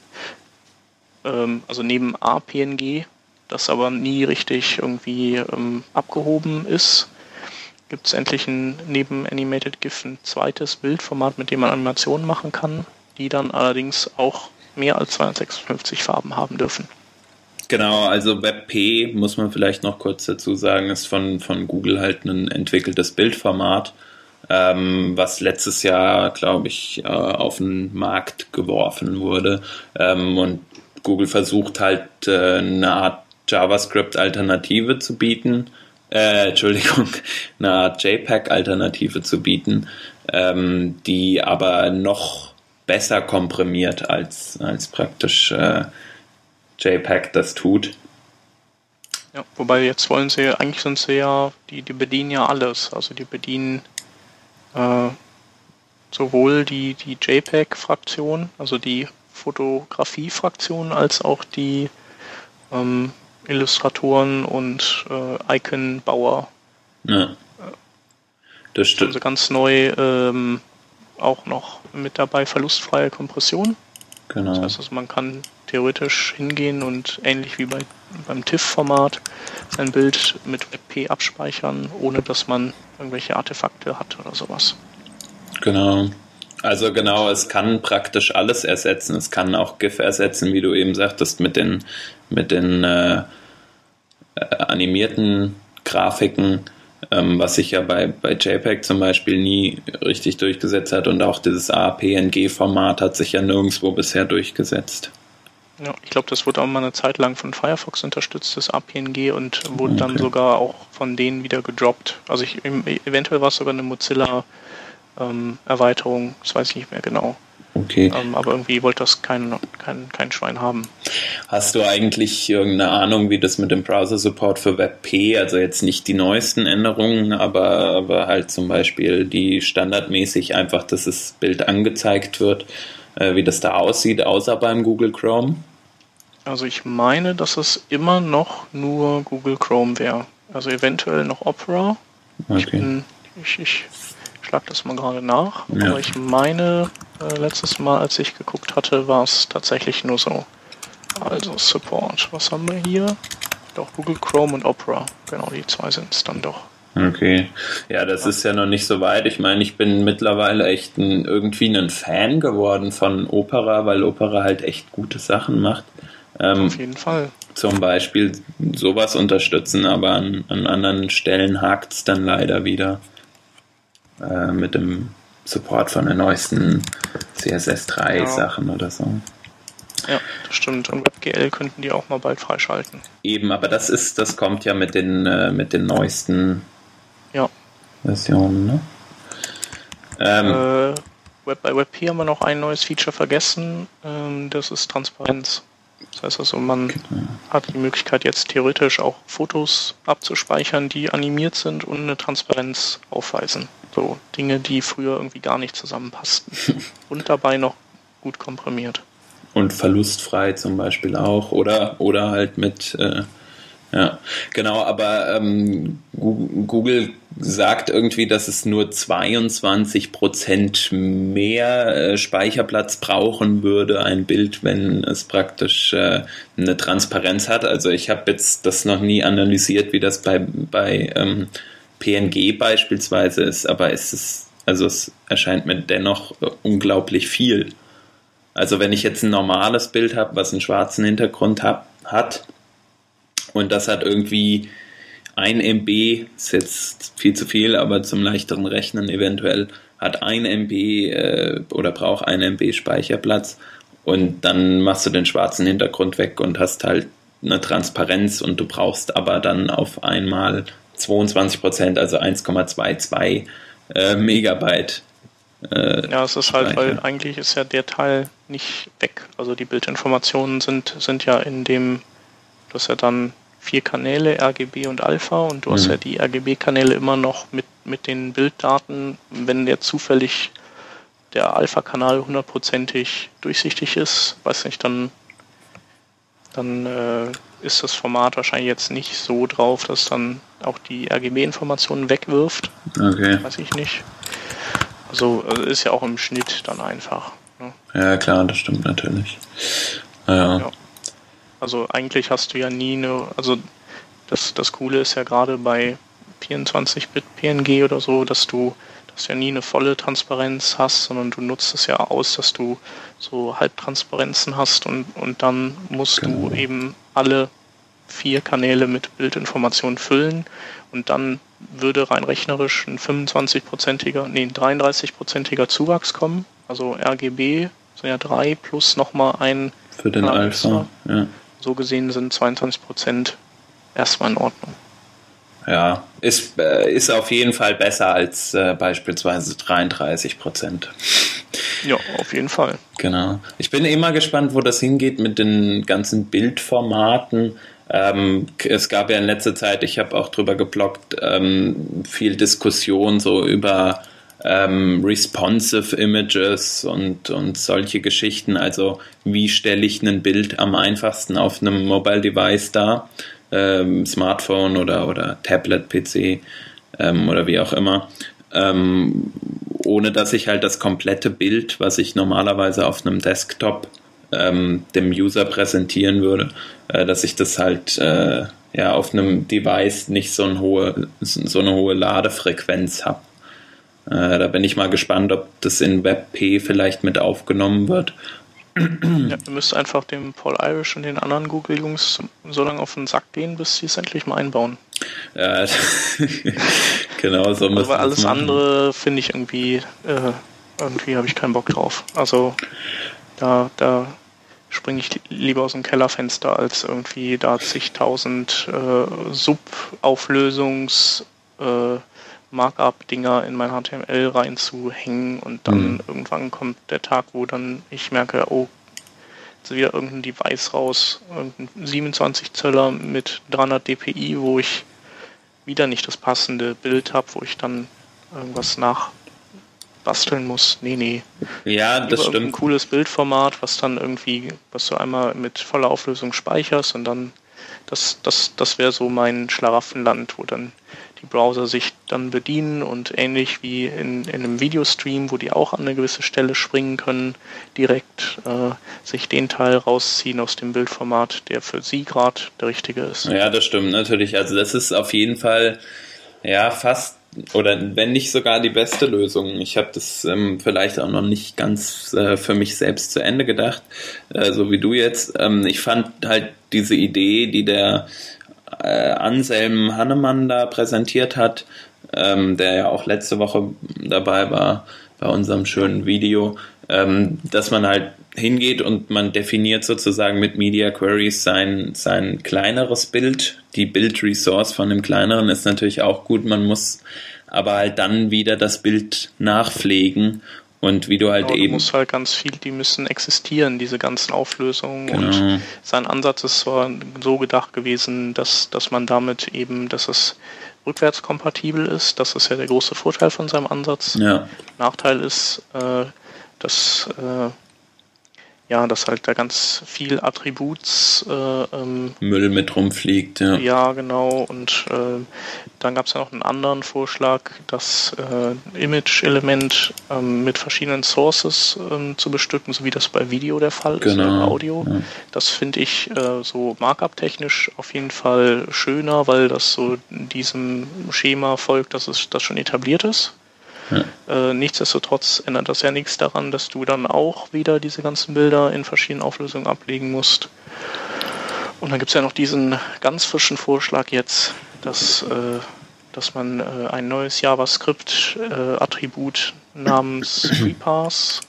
also neben APNG, das aber nie richtig irgendwie abgehoben ist, gibt es endlich neben Animated GIF ein zweites Bildformat, mit dem man Animationen machen kann, die dann allerdings auch mehr als 256 Farben haben dürfen. Genau, also WebP, muss man vielleicht noch kurz dazu sagen, ist von Google halt ein entwickeltes Bildformat, was letztes Jahr, glaube ich, auf den Markt geworfen wurde. Und Google versucht halt eine Art JavaScript-Alternative zu bieten, eine Art JPEG-Alternative zu bieten, die aber noch besser komprimiert als praktisch JPEG das tut. Ja, wobei jetzt sind sie ja, die bedienen ja alles. Also die bedienen sowohl die JPEG-Fraktion, also die Fotografie-Fraktion, als auch die Illustratoren und Icon-Bauer. Ja, das stimmt. Also ganz neu auch noch mit dabei verlustfreie Kompression. Genau. Das heißt, also man kann theoretisch hingehen und ähnlich wie beim TIFF-Format sein Bild mit WebP abspeichern, ohne dass man irgendwelche Artefakte hat oder sowas. Genau. Also genau, es kann praktisch alles ersetzen. Es kann auch GIF ersetzen, wie du eben sagtest, mit den animierten Grafiken, was sich ja bei JPEG zum Beispiel nie richtig durchgesetzt hat, und auch dieses APNG-Format hat sich ja nirgendwo bisher durchgesetzt. Ja, ich glaube, das wurde auch mal eine Zeit lang von Firefox unterstützt, das APNG, und wurde dann sogar auch von denen wieder gedroppt. Also eventuell war es sogar eine Mozilla Erweiterung, das weiß ich nicht mehr genau. Okay. Aber irgendwie wollte das kein Schwein haben. Hast du eigentlich irgendeine Ahnung, wie das mit dem Browser-Support für WebP, also jetzt nicht die neuesten Änderungen, aber halt zum Beispiel die standardmäßig einfach, dass das Bild angezeigt wird, wie das da aussieht, außer beim Google Chrome? Also ich meine, dass es immer noch nur Google Chrome wäre. Also eventuell noch Opera. Okay. Ich schlag das mal gerade nach. Ja. Aber ich meine, letztes Mal, als ich geguckt hatte, war es tatsächlich nur so. Also Support. Was haben wir hier? Doch, Google Chrome und Opera. Genau, die zwei sind es dann doch. Okay. Ja, das ist ja noch nicht so weit. Ich meine, ich bin mittlerweile echt irgendwie ein Fan geworden von Opera, weil Opera halt echt gute Sachen macht. Auf jeden Fall. Zum Beispiel sowas unterstützen, aber an anderen Stellen hakt es dann leider wieder. Mit dem Support von den neuesten CSS3-Sachen oder so. Ja, das stimmt. Und WebGL könnten die auch mal bald freischalten. Eben, aber das kommt ja mit den neuesten Versionen, ne? Bei WebP haben wir noch ein neues Feature vergessen. Das ist Transparenz. Das heißt also, man hat die Möglichkeit, jetzt theoretisch auch Fotos abzuspeichern, die animiert sind und eine Transparenz aufweisen. So Dinge, die früher irgendwie gar nicht zusammenpassten. Und dabei noch gut komprimiert. Und verlustfrei zum Beispiel auch. Oder halt mit... ja, genau, aber Google sagt irgendwie, dass es nur 22% mehr Speicherplatz brauchen würde, ein Bild, wenn es praktisch eine Transparenz hat. Also ich habe jetzt das noch nie analysiert, wie das bei PNG beispielsweise ist, aber es erscheint mir dennoch unglaublich viel. Also wenn ich jetzt ein normales Bild habe, was einen schwarzen Hintergrund hat, und das hat irgendwie 1 MB, ist jetzt viel zu viel, aber zum leichteren Rechnen eventuell, hat 1 MB oder braucht 1 MB Speicherplatz, und dann machst du den schwarzen Hintergrund weg und hast halt eine Transparenz, und du brauchst aber dann auf einmal 22%, also 1,22 Megabyte. Ja, es ist halt, weil eigentlich ist ja der Teil nicht weg. Also die Bildinformationen sind ja in dem, du hast ja dann 4 Kanäle, RGB und Alpha, und du hast ja die RGB-Kanäle immer noch mit den Bilddaten. Wenn der Alpha-Kanal 100%ig durchsichtig ist, weiß nicht, dann ist das Format wahrscheinlich jetzt nicht so drauf, dass dann auch die RGB-Informationen wegwirft. Okay. Weiß ich nicht. Also ist ja auch im Schnitt dann einfach. Ne? Ja, klar, das stimmt natürlich. Ja. Also eigentlich hast du ja nie also das Coole ist ja gerade bei 24-Bit PNG oder so, dass du ja nie eine volle Transparenz hast, sondern du nutzt es ja aus, dass du so Halbtransparenzen hast, und dann musst du eben alle 4 Kanäle mit Bildinformationen füllen, und dann würde rein rechnerisch ein 33%iger Zuwachs kommen. Also RGB sind ja 3 plus nochmal ein für den Alpha. Ja. So gesehen sind 22% erstmal in Ordnung. Ja, ist auf jeden Fall besser als beispielsweise 33%. Ja, auf jeden Fall. Genau. Ich bin immer gespannt, wo das hingeht mit den ganzen Bildformaten. Es gab ja in letzter Zeit, ich habe auch drüber gebloggt, viel Diskussion so über responsive Images und solche Geschichten. Also wie stelle ich ein Bild am einfachsten auf einem Mobile Device dar, Smartphone oder Tablet-PC oder wie auch immer. ohne dass ich halt das komplette Bild, was ich normalerweise auf einem Desktop dem User präsentieren würde, dass ich das halt auf einem Device nicht so eine hohe Ladefrequenz habe. Da bin ich mal gespannt, ob das in WebP vielleicht mit aufgenommen wird. Ja, du müsst einfach dem Paul Irish und den anderen Google-Jungs so lange auf den Sack gehen, bis sie es endlich mal einbauen. Ja, genau, so müssen wir alles machen. Andere finde ich irgendwie habe ich keinen Bock drauf. Also da springe ich lieber aus dem Kellerfenster, als irgendwie da zigtausend Sub-Auflösungs Markup-Dinger in mein HTML reinzuhängen und dann irgendwann kommt der Tag, wo dann ich merke, oh, jetzt ist wieder irgendein Device raus, irgendein 27 Zöller mit 300 dpi, wo ich wieder nicht das passende Bild habe, wo ich dann irgendwas nachbasteln muss. Nee. Ja, das stimmt. Ein cooles Bildformat, was du einmal mit voller Auflösung speicherst und dann das wäre so mein Schlaraffenland, wo dann die Browser sich dann bedienen und ähnlich wie in einem Videostream, wo die auch an eine gewisse Stelle springen können, direkt sich den Teil rausziehen aus dem Bildformat, der für sie gerade der richtige ist. Ja, das stimmt natürlich. Also das ist auf jeden Fall fast oder wenn nicht sogar die beste Lösung. Ich habe das vielleicht auch noch nicht ganz für mich selbst zu Ende gedacht, so wie du jetzt. Ich fand halt diese Idee, die der Anselm Hannemann da präsentiert hat, der ja auch letzte Woche dabei war bei unserem schönen Video, dass man halt hingeht und man definiert sozusagen mit Media Queries sein kleineres Bild. Die Bildresource von dem kleineren ist natürlich auch gut, man muss aber halt dann wieder das Bild nachpflegen. Und wie du halt du musst halt ganz viel, die müssen existieren, diese ganzen Auflösungen. Genau. Und sein Ansatz ist zwar so gedacht gewesen, dass man damit eben, dass es rückwärtskompatibel ist. Das ist ja der große Vorteil von seinem Ansatz. Ja. Nachteil ist, dass halt da ganz viel Attributs Müll mit rumfliegt. Ja, genau. Und dann gab es ja noch einen anderen Vorschlag, das Image-Element mit verschiedenen Sources zu bestücken, so wie das bei Video der Fall ist, oder bei Audio. Ja. Das finde ich so Markup-technisch auf jeden Fall schöner, weil das so diesem Schema folgt, dass das schon etabliert ist. Ja. Nichtsdestotrotz ändert das ja nichts daran, dass du dann auch wieder diese ganzen Bilder in verschiedenen Auflösungen ablegen musst. Und dann gibt es ja noch diesen ganz frischen Vorschlag jetzt, dass man ein neues JavaScript-Attribut namens Preparse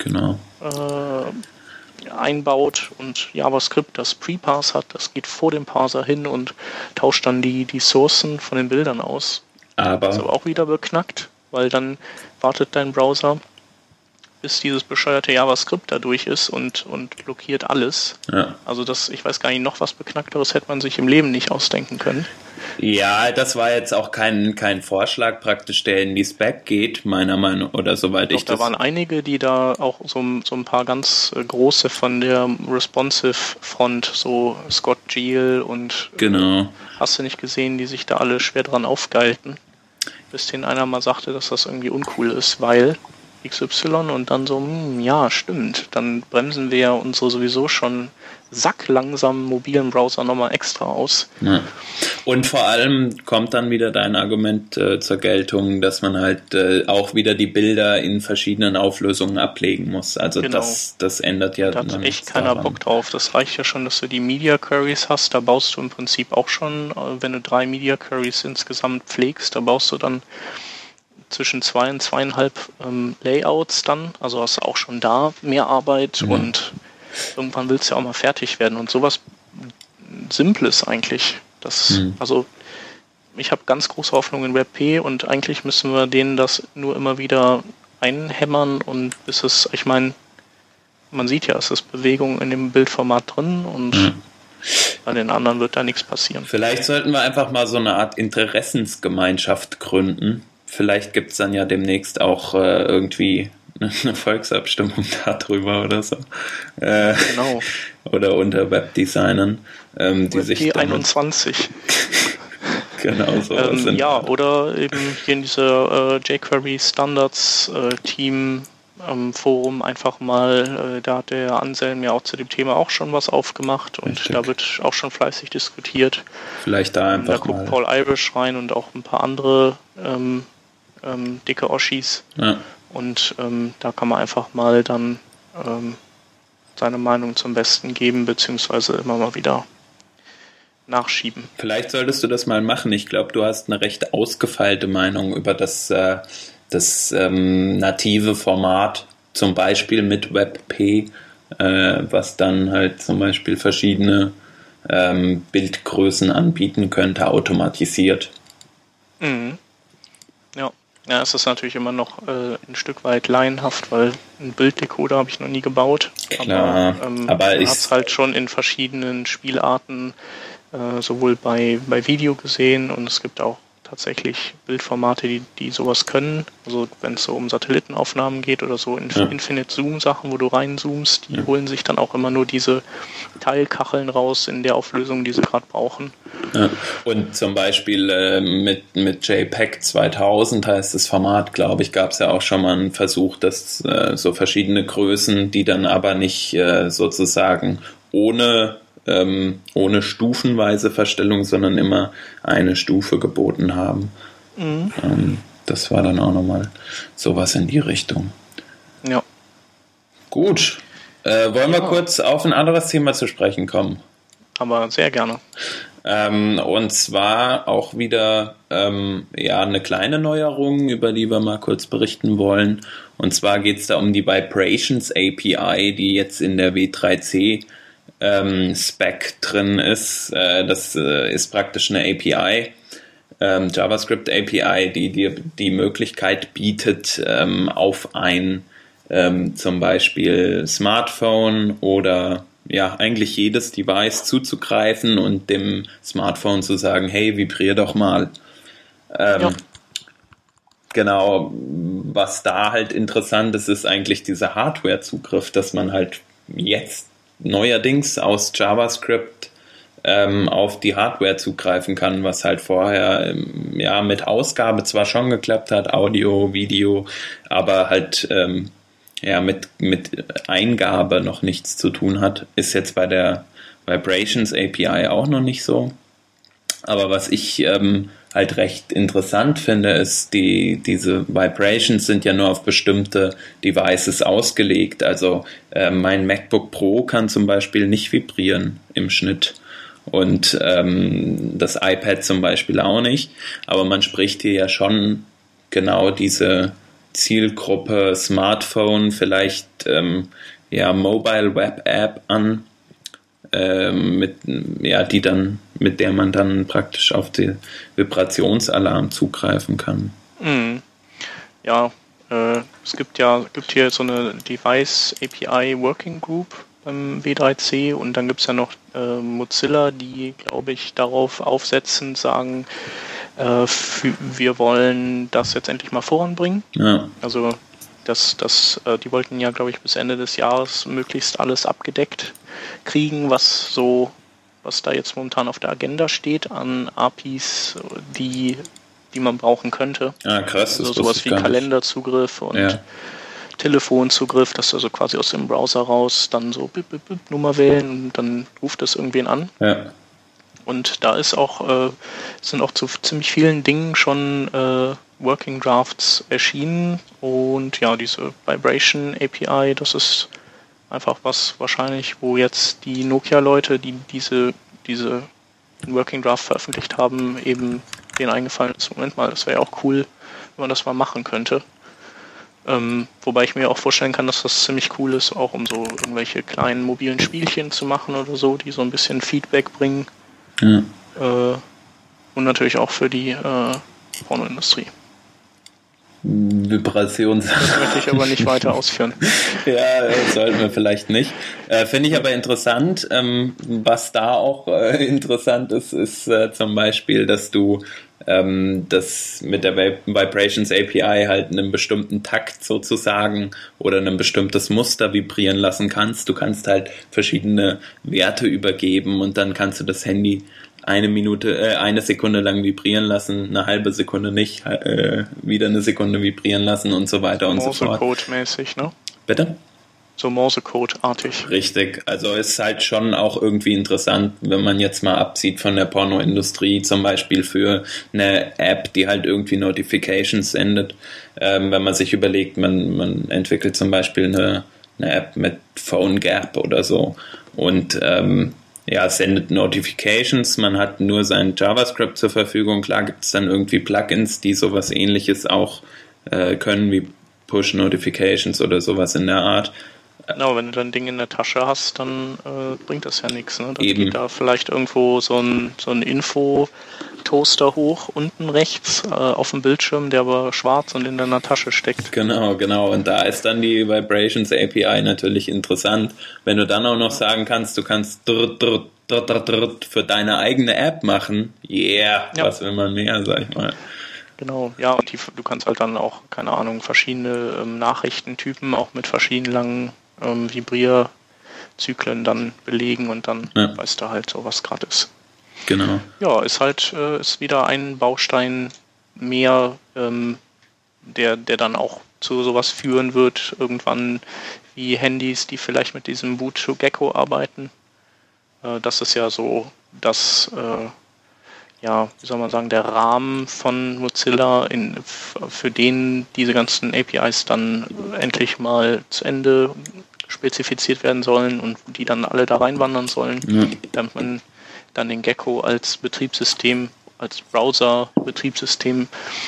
einbaut und JavaScript das Preparse hat. Das geht vor dem Parser hin und tauscht dann die Sourcen von den Bildern aus. Das ist aber auch wieder beknackt, weil dann wartet dein Browser, bis dieses bescheuerte JavaScript da durch ist und blockiert alles. Ja. Also ich weiß gar nicht, noch was Beknackteres hätte man sich im Leben nicht ausdenken können. Ja, das war jetzt auch kein Vorschlag praktisch, der in die Spec geht, meiner Meinung nach, oder soweit ich das... Da waren einige, die da auch so ein paar ganz große von der Responsive Front, so Scott Giel und hast du nicht gesehen, die sich da alle schwer dran aufgehalten. Bis denen einer mal sagte, dass das irgendwie uncool ist, weil XY und dann so, ja, stimmt, dann bremsen wir ja unsere sowieso schon sacklangsamen mobilen Browser nochmal extra aus. Ja. Und vor allem kommt dann wieder dein Argument zur Geltung, dass man halt auch wieder die Bilder in verschiedenen Auflösungen ablegen muss. Also das ändert ja... Da hat echt keiner Bock drauf. Das reicht ja schon, dass du die Media Queries hast. Da baust du im Prinzip auch schon, wenn du 3 Media Queries insgesamt pflegst, da baust du dann zwischen 2 und 2,5 Layouts dann. Also hast du auch schon da mehr Arbeit und irgendwann willst du ja auch mal fertig werden. Und sowas Simples eigentlich. Also ich habe ganz große Hoffnung in WebP und eigentlich müssen wir denen das nur immer wieder einhämmern und bis es, ich meine, man sieht ja, es ist Bewegung in dem Bildformat drin und bei den anderen wird da nichts passieren. Vielleicht sollten wir einfach mal so eine Art Interessensgemeinschaft gründen. Vielleicht gibt es dann ja demnächst auch irgendwie eine Volksabstimmung darüber oder so. Genau. Oder unter Webdesignern, die sich 21. Genau, sowas. Ja, oder eben hier in dieser jQuery Standards Team Forum einfach mal, da hat der Anselm ja auch zu dem Thema auch schon was aufgemacht und Richtig. da wird auch schon fleißig diskutiert. Vielleicht da einfach Da guckt Paul Irish rein und auch ein paar andere dicke Oschis. Ja. Und da kann man einfach mal dann seine Meinung zum Besten geben, beziehungsweise immer mal wieder nachschieben. Vielleicht solltest du das mal machen. Ich glaube, du hast eine recht ausgefeilte Meinung über das native Format, zum Beispiel mit WebP, was dann halt zum Beispiel verschiedene Bildgrößen anbieten könnte, automatisiert. Mhm. Ja, es ist natürlich immer noch ein Stück weit laienhaft, weil einen Bilddecoder habe ich noch nie gebaut. Klar, aber man hat es halt schon in verschiedenen Spielarten sowohl bei Video gesehen und es gibt auch tatsächlich Bildformate, die sowas können. Also wenn es so um Satellitenaufnahmen geht oder so Infinite Zoom Sachen, wo du reinzoomst, die holen sich dann auch immer nur diese Teilkacheln raus in der Auflösung, die sie gerade brauchen. Ja. Und zum Beispiel mit JPEG 2000 heißt das Format, glaube ich, gab es ja auch schon mal einen Versuch, dass so verschiedene Größen, die dann aber nicht sozusagen ohne stufenweise Verstellung, sondern immer eine Stufe geboten haben. Mhm. Das war dann auch nochmal sowas in die Richtung. Ja. Gut. Wollen wir kurz auf ein anderes Thema zu sprechen kommen? Aber sehr gerne. Und zwar auch wieder eine kleine Neuerung, über die wir mal kurz berichten wollen. Und zwar geht es da um die Vibrations API, die jetzt in der W3C Spec drin ist. Das ist praktisch eine API, JavaScript API, die dir die Möglichkeit bietet, auf ein zum Beispiel Smartphone oder eigentlich jedes Device zuzugreifen und dem Smartphone zu sagen, hey, vibrier doch mal. Genau, was da halt interessant ist, ist eigentlich dieser Hardware-Zugriff, dass man halt jetzt neuerdings aus JavaScript auf die Hardware zugreifen kann, was halt vorher mit Ausgabe zwar schon geklappt hat, Audio, Video, aber halt mit Eingabe noch nichts zu tun hat, ist jetzt bei der Vibrations API auch noch nicht so. Aber was ich halt recht interessant finde, ist, diese Vibrations sind ja nur auf bestimmte Devices ausgelegt. Also mein MacBook Pro kann zum Beispiel nicht vibrieren im Schnitt und das iPad zum Beispiel auch nicht. Aber man spricht hier ja schon genau diese Zielgruppe Smartphone, vielleicht Mobile Web App an, mit der man dann praktisch auf den Vibrationsalarm zugreifen kann. Ja, es gibt hier so eine Device API Working Group beim W3C und dann gibt es ja noch Mozilla, die, glaube ich, darauf aufsetzen, sagen, wir wollen das jetzt endlich mal voranbringen. Ja. Also die wollten ja, glaube ich, bis Ende des Jahres möglichst alles abgedeckt kriegen, was da jetzt momentan auf der Agenda steht an APIs, die man brauchen könnte. Ah, krass. Also sowas wie Kalenderzugriff und Telefonzugriff, dass du also quasi aus dem Browser raus dann so Nummer wählen und dann ruft das irgendwen an. Ja. Und da ist sind auch zu ziemlich vielen Dingen schon Working Drafts erschienen und ja, diese Vibration API, das ist einfach was wahrscheinlich, wo jetzt die Nokia-Leute, die diese Working Draft veröffentlicht haben, eben denen eingefallen ist, Moment mal, das wäre ja auch cool, wenn man das mal machen könnte. Wobei ich mir auch vorstellen kann, dass das ziemlich cool ist, auch um so irgendwelche kleinen mobilen Spielchen zu machen oder so, die so ein bisschen Feedback bringen. Ja. Und natürlich auch für die Pornoindustrie. Vibrations. Das möchte ich aber nicht weiter ausführen. Ja, sollten wir vielleicht nicht. Finde ich aber interessant. Was da auch interessant ist zum Beispiel, dass du das mit der Vibrations API halt einen bestimmten Takt sozusagen oder ein bestimmtes Muster vibrieren lassen kannst. Du kannst halt verschiedene Werte übergeben und dann kannst du das Handy eine Sekunde lang vibrieren lassen, eine halbe Sekunde nicht, wieder eine Sekunde vibrieren lassen und so weiter und so fort. Morsecode-mäßig, ne? Bitte? So Morsecode-artig. Richtig, also ist halt schon auch irgendwie interessant, wenn man jetzt mal absieht von der Pornoindustrie, zum Beispiel für eine App, die halt irgendwie Notifications sendet. Wenn man sich überlegt, man entwickelt zum Beispiel eine App mit PhoneGap oder so und sendet Notifications, man hat nur sein JavaScript zur Verfügung. Klar gibt es dann irgendwie Plugins, die sowas Ähnliches auch können, wie Push-Notifications oder sowas in der Art. Genau, wenn du dein Ding in der Tasche hast, dann bringt das ja nichts. Ne? Dann geht da vielleicht irgendwo so ein Info-Toaster hoch, unten rechts auf dem Bildschirm, der aber schwarz und in deiner Tasche steckt. Genau. Und da ist dann die Vibrations API natürlich interessant. Wenn du dann auch noch sagen kannst, du kannst für deine eigene App machen, was will man mehr, sag ich mal. Genau, ja, und du kannst halt dann auch, keine Ahnung, verschiedene Nachrichtentypen auch mit verschiedenen langen Vibrierzyklen dann belegen und dann weißt du halt so, was gerade ist. Genau. Ja, ist wieder ein Baustein mehr, der dann auch zu sowas führen wird, irgendwann wie Handys, die vielleicht mit diesem Boot to Gecko arbeiten. Das ist ja so, dass wie soll man sagen, der Rahmen von Mozilla, für den diese ganzen APIs dann endlich mal zu Ende spezifiziert werden sollen und die dann alle da reinwandern sollen, damit man dann den Gecko als Betriebssystem, als Browser-Betriebssystem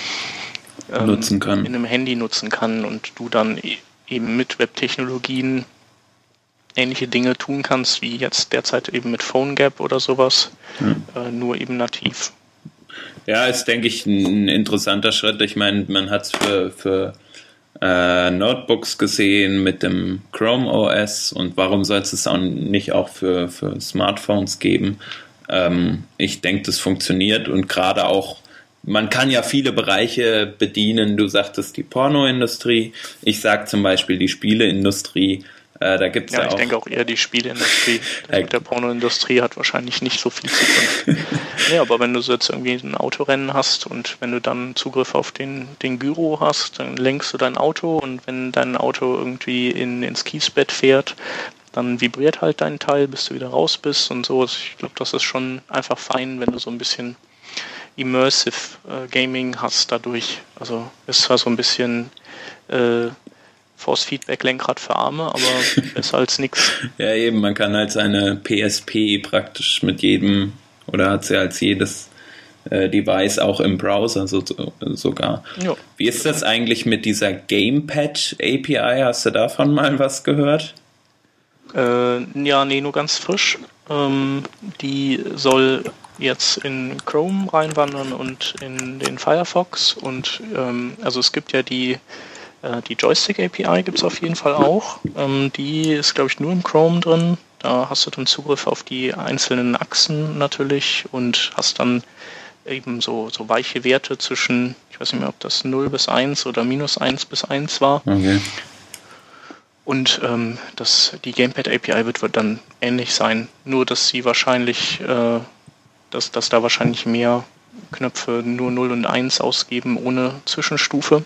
nutzen kann. In einem Handy nutzen kann und du dann eben mit Webtechnologien ähnliche Dinge tun kannst, wie jetzt derzeit eben mit PhoneGap oder sowas, nur eben nativ. Ja, ist, denke ich, ein interessanter Schritt. Ich meine, man hat es für Notebooks gesehen mit dem Chrome OS und warum soll es auch nicht auch für Smartphones geben? Ich denke, das funktioniert und gerade auch, man kann ja viele Bereiche bedienen. Du sagtest die Pornoindustrie, ich sag zum Beispiel die Spieleindustrie. Da gibt's ja auch. Ich denke auch eher die Spieleindustrie. Mit der Pornoindustrie hat wahrscheinlich nicht so viel zu tun. Ja, aber wenn du so jetzt irgendwie ein Autorennen hast und wenn du dann Zugriff auf den Gyro hast, dann lenkst du dein Auto und wenn dein Auto irgendwie ins Kiesbett fährt, dann vibriert halt dein Teil, bis du wieder raus bist und so. Ich glaube, das ist schon einfach fein, wenn du so ein bisschen Immersive Gaming hast dadurch. Also ist zwar so ein bisschen Force-Feedback-Lenkrad für Arme, aber besser als nichts. Ja, eben, man kann halt seine PSP praktisch mit jedem, oder hat sie als jedes Device auch im Browser sogar. Jo. Wie ist das eigentlich mit dieser Gamepad-API? Hast du davon mal was gehört? Nur ganz frisch. Die soll jetzt in Chrome reinwandern und in den Firefox und also es gibt ja die Joystick-API gibt es auf jeden Fall auch. Die ist, glaube ich, nur im Chrome drin. Da hast du dann Zugriff auf die einzelnen Achsen natürlich und hast dann eben so weiche Werte zwischen, ich weiß nicht mehr, ob das 0 bis 1 oder minus 1 bis 1 war. Okay. Und die Gamepad-API wird dann ähnlich sein, nur dass sie wahrscheinlich, dass da wahrscheinlich mehr Knöpfe nur 0 und 1 ausgeben ohne Zwischenstufe.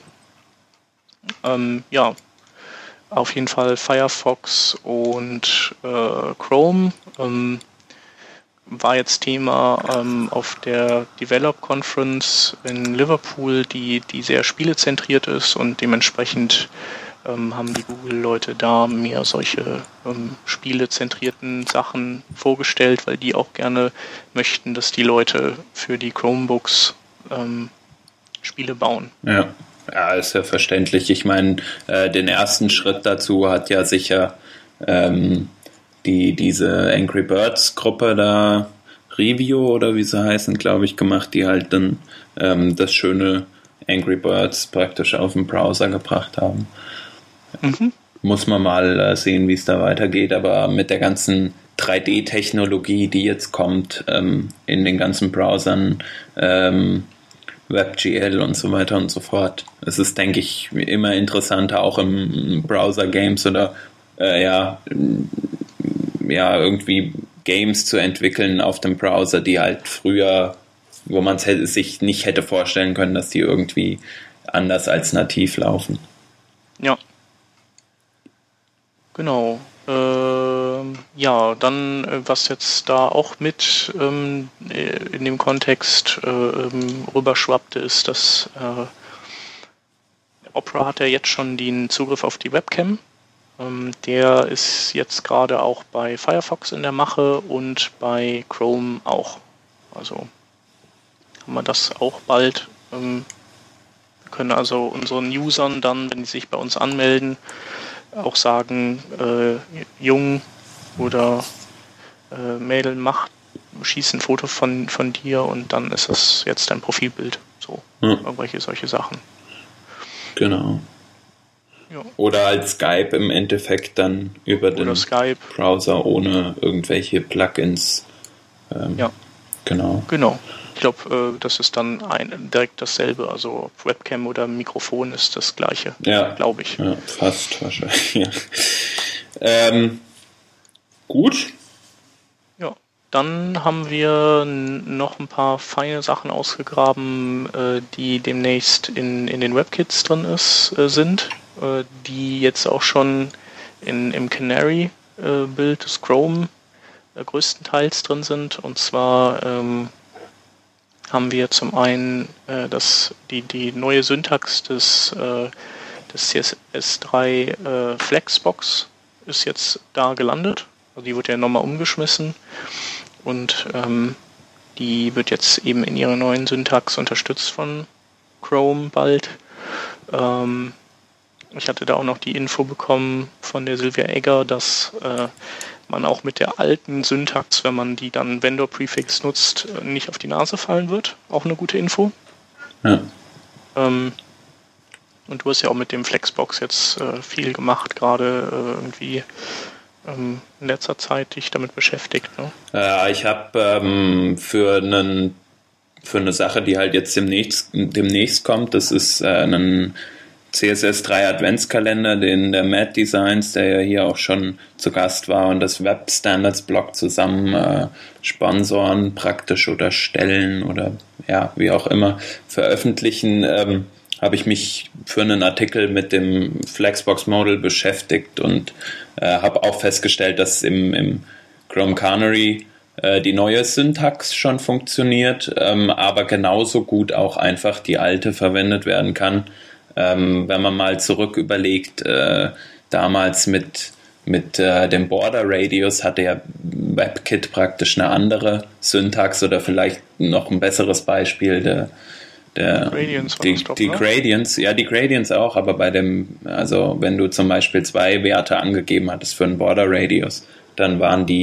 Auf jeden Fall Firefox und Chrome war jetzt Thema auf der Develop Conference in Liverpool, die sehr spielezentriert ist und dementsprechend haben die Google-Leute da mehr solche spielezentrierten Sachen vorgestellt, weil die auch gerne möchten, dass die Leute für die Chromebooks Spiele bauen. Ja, ist ja verständlich. Ich meine, den ersten Schritt dazu hat ja sicher diese Angry Birds Gruppe da, Review oder wie sie heißen, glaube ich, gemacht, die halt dann das schöne Angry Birds praktisch auf den Browser gebracht haben. Muss man mal sehen, wie es da weitergeht, aber mit der ganzen 3D-Technologie, die jetzt kommt in den ganzen Browsern, WebGL und so weiter und so fort. Es ist, denke ich, immer interessanter, auch im Browser-Games oder irgendwie Games zu entwickeln auf dem Browser, die halt früher, wo man sich nicht hätte vorstellen können, dass die irgendwie anders als nativ laufen. Ja. Genau. Ja, dann, was jetzt da auch mit in dem Kontext rüberschwappte, ist, dass Opera hat ja jetzt schon den Zugriff auf die Webcam. Der ist jetzt gerade auch bei Firefox in der Mache und bei Chrome auch. Also haben wir das auch bald. Wir können also unseren Usern dann, wenn die sich bei uns anmelden, auch sagen, Jung oder Mädel, schieß ein Foto von dir und dann ist das jetzt dein Profilbild. So, irgendwelche solche Sachen. Genau. Ja. Oder als Skype im Endeffekt dann über den Browser ohne irgendwelche Plugins. Ja. Genau. Ich glaube, das ist dann direkt dasselbe. Also Webcam oder Mikrofon ist das gleiche, glaube ich. Ja, fast wahrscheinlich. Ja. Gut. Ja. Dann haben wir noch ein paar feine Sachen ausgegraben, die demnächst in den WebKits drin sind, die jetzt auch schon im Canary-Bild des Chrome größtenteils drin sind. Und zwar haben wir zum einen die neue Syntax des CSS3 Flexbox ist jetzt da gelandet. Also die wird ja nochmal umgeschmissen und die wird jetzt eben in ihrer neuen Syntax unterstützt von Chrome bald. Ich hatte da auch noch die Info bekommen von der Silvia Egger, dass man auch mit der alten Syntax, wenn man die dann Vendor-Prefix nutzt, nicht auf die Nase fallen wird. Auch eine gute Info. Ja. Und du hast ja auch mit dem Flexbox jetzt viel gemacht, gerade irgendwie in letzter Zeit dich damit beschäftigt. Ne? Ich habe für eine Sache, die halt jetzt demnächst kommt, das ist ein CSS3 Adventskalender, den der Matt Designs, der ja hier auch schon zu Gast war, und das Web Standards Blog zusammen sponsoren praktisch oder stellen oder ja, wie auch immer veröffentlichen, habe ich mich für einen Artikel mit dem Flexbox Modal beschäftigt und habe auch festgestellt, dass im Chrome Canary die neue Syntax schon funktioniert, aber genauso gut auch einfach die alte verwendet werden kann. Wenn man mal zurück überlegt, damals mit dem Border Radius hatte ja WebKit praktisch eine andere Syntax oder vielleicht noch ein besseres Beispiel, die Gradients, ja, die Gradients auch, aber also wenn du zum Beispiel 2 Werte angegeben hattest für einen Border Radius, dann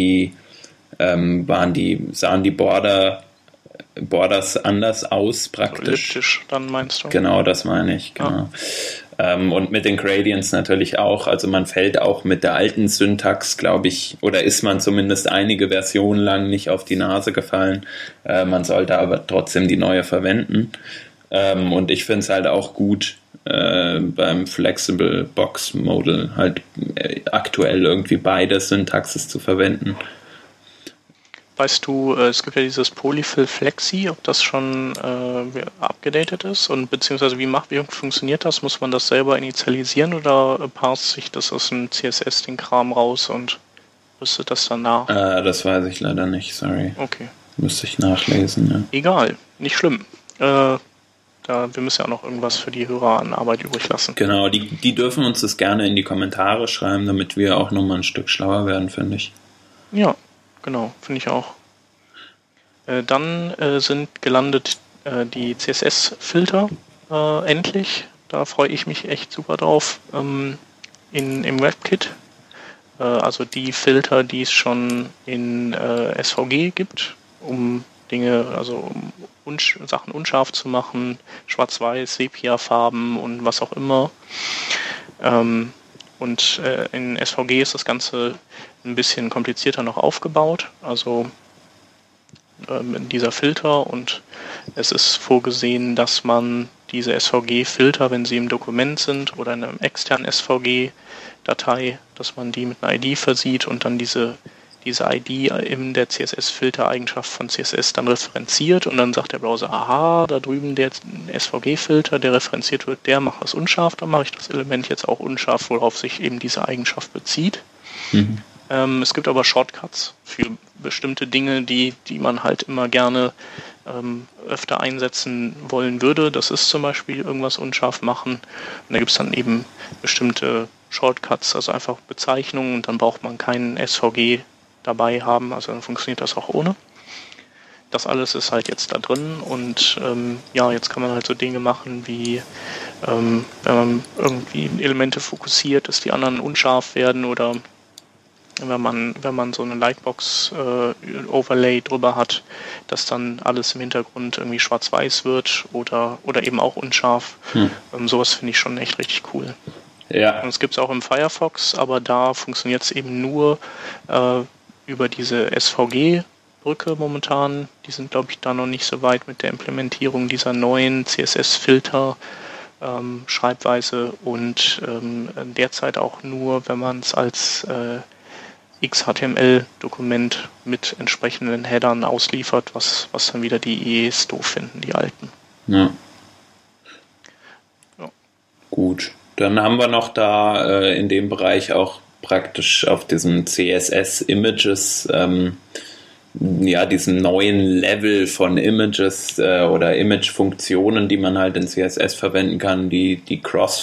sahen die Borders anders aus praktisch. Elliptisch, dann meinst du? Genau, das meine ich, genau. Ja. Und mit den Gradients natürlich auch, also man fällt auch mit der alten Syntax, glaube ich, oder ist man zumindest einige Versionen lang nicht auf die Nase gefallen. Man sollte aber trotzdem die neue verwenden. Und ich finde es halt auch gut, beim Flexible Box Modal halt aktuell irgendwie beide Syntaxes zu verwenden. Weißt du, es gibt ja dieses Polyfill Flexi, ob das schon abgedatet ist und beziehungsweise wie funktioniert das? Muss man das selber initialisieren oder parst sich das aus dem CSS den Kram raus und rüstet das dann nach? Das weiß ich leider nicht, sorry. Okay. Müsste ich nachlesen, ja. Egal, nicht schlimm. Wir müssen ja auch noch irgendwas für die Hörer an Arbeit übrig lassen. Genau, die dürfen uns das gerne in die Kommentare schreiben, damit wir auch nochmal ein Stück schlauer werden, finde ich. Ja. Genau, finde ich auch. Dann sind gelandet die CSS-Filter endlich. Da freue ich mich echt super drauf. Im WebKit. Also die Filter, die es schon in SVG gibt, um Dinge, also um Sachen unscharf zu machen, Schwarz-Weiß, Sepia-Farben und was auch immer. Und in SVG ist das Ganze ein bisschen komplizierter noch aufgebaut, also dieser Filter, und es ist vorgesehen, dass man diese SVG-Filter, wenn sie im Dokument sind oder in einer externen SVG-Datei, dass man die mit einer ID versieht und dann diese diese ID in der CSS-Filter-Eigenschaft von CSS dann referenziert und dann sagt der Browser, aha, da drüben der SVG-Filter, der referenziert wird, der macht das unscharf, dann mache ich das Element jetzt auch unscharf, worauf sich eben diese Eigenschaft bezieht. Es gibt aber Shortcuts für bestimmte Dinge, die man halt immer gerne öfter einsetzen wollen würde. Das ist zum Beispiel irgendwas unscharf machen. Und da gibt es dann eben bestimmte Shortcuts, also einfach Bezeichnungen und dann braucht man keinen SVG dabei haben, also dann funktioniert das auch ohne. Das alles ist halt jetzt da drin und jetzt kann man halt so Dinge machen wie, wenn man irgendwie Elemente fokussiert, dass die anderen unscharf werden oder wenn man so eine Lightbox-Overlay drüber hat, dass dann alles im Hintergrund irgendwie schwarz-weiß wird oder eben auch unscharf. Sowas finde ich schon echt richtig cool. Ja. Und es gibt es auch im Firefox, aber da funktioniert es eben nur über diese SVG-Brücke momentan. Die sind, glaube ich, da noch nicht so weit mit der Implementierung dieser neuen CSS-Filter. Schreibweise und derzeit auch nur, wenn man es als XHTML-Dokument mit entsprechenden Headern ausliefert, was dann wieder die IEs doof finden, die alten. Ja. Gut, dann haben wir noch da in dem Bereich auch praktisch auf diesem CSS-Images diesen neuen Level von Images oder Image-Funktionen, die man halt in CSS verwenden kann, die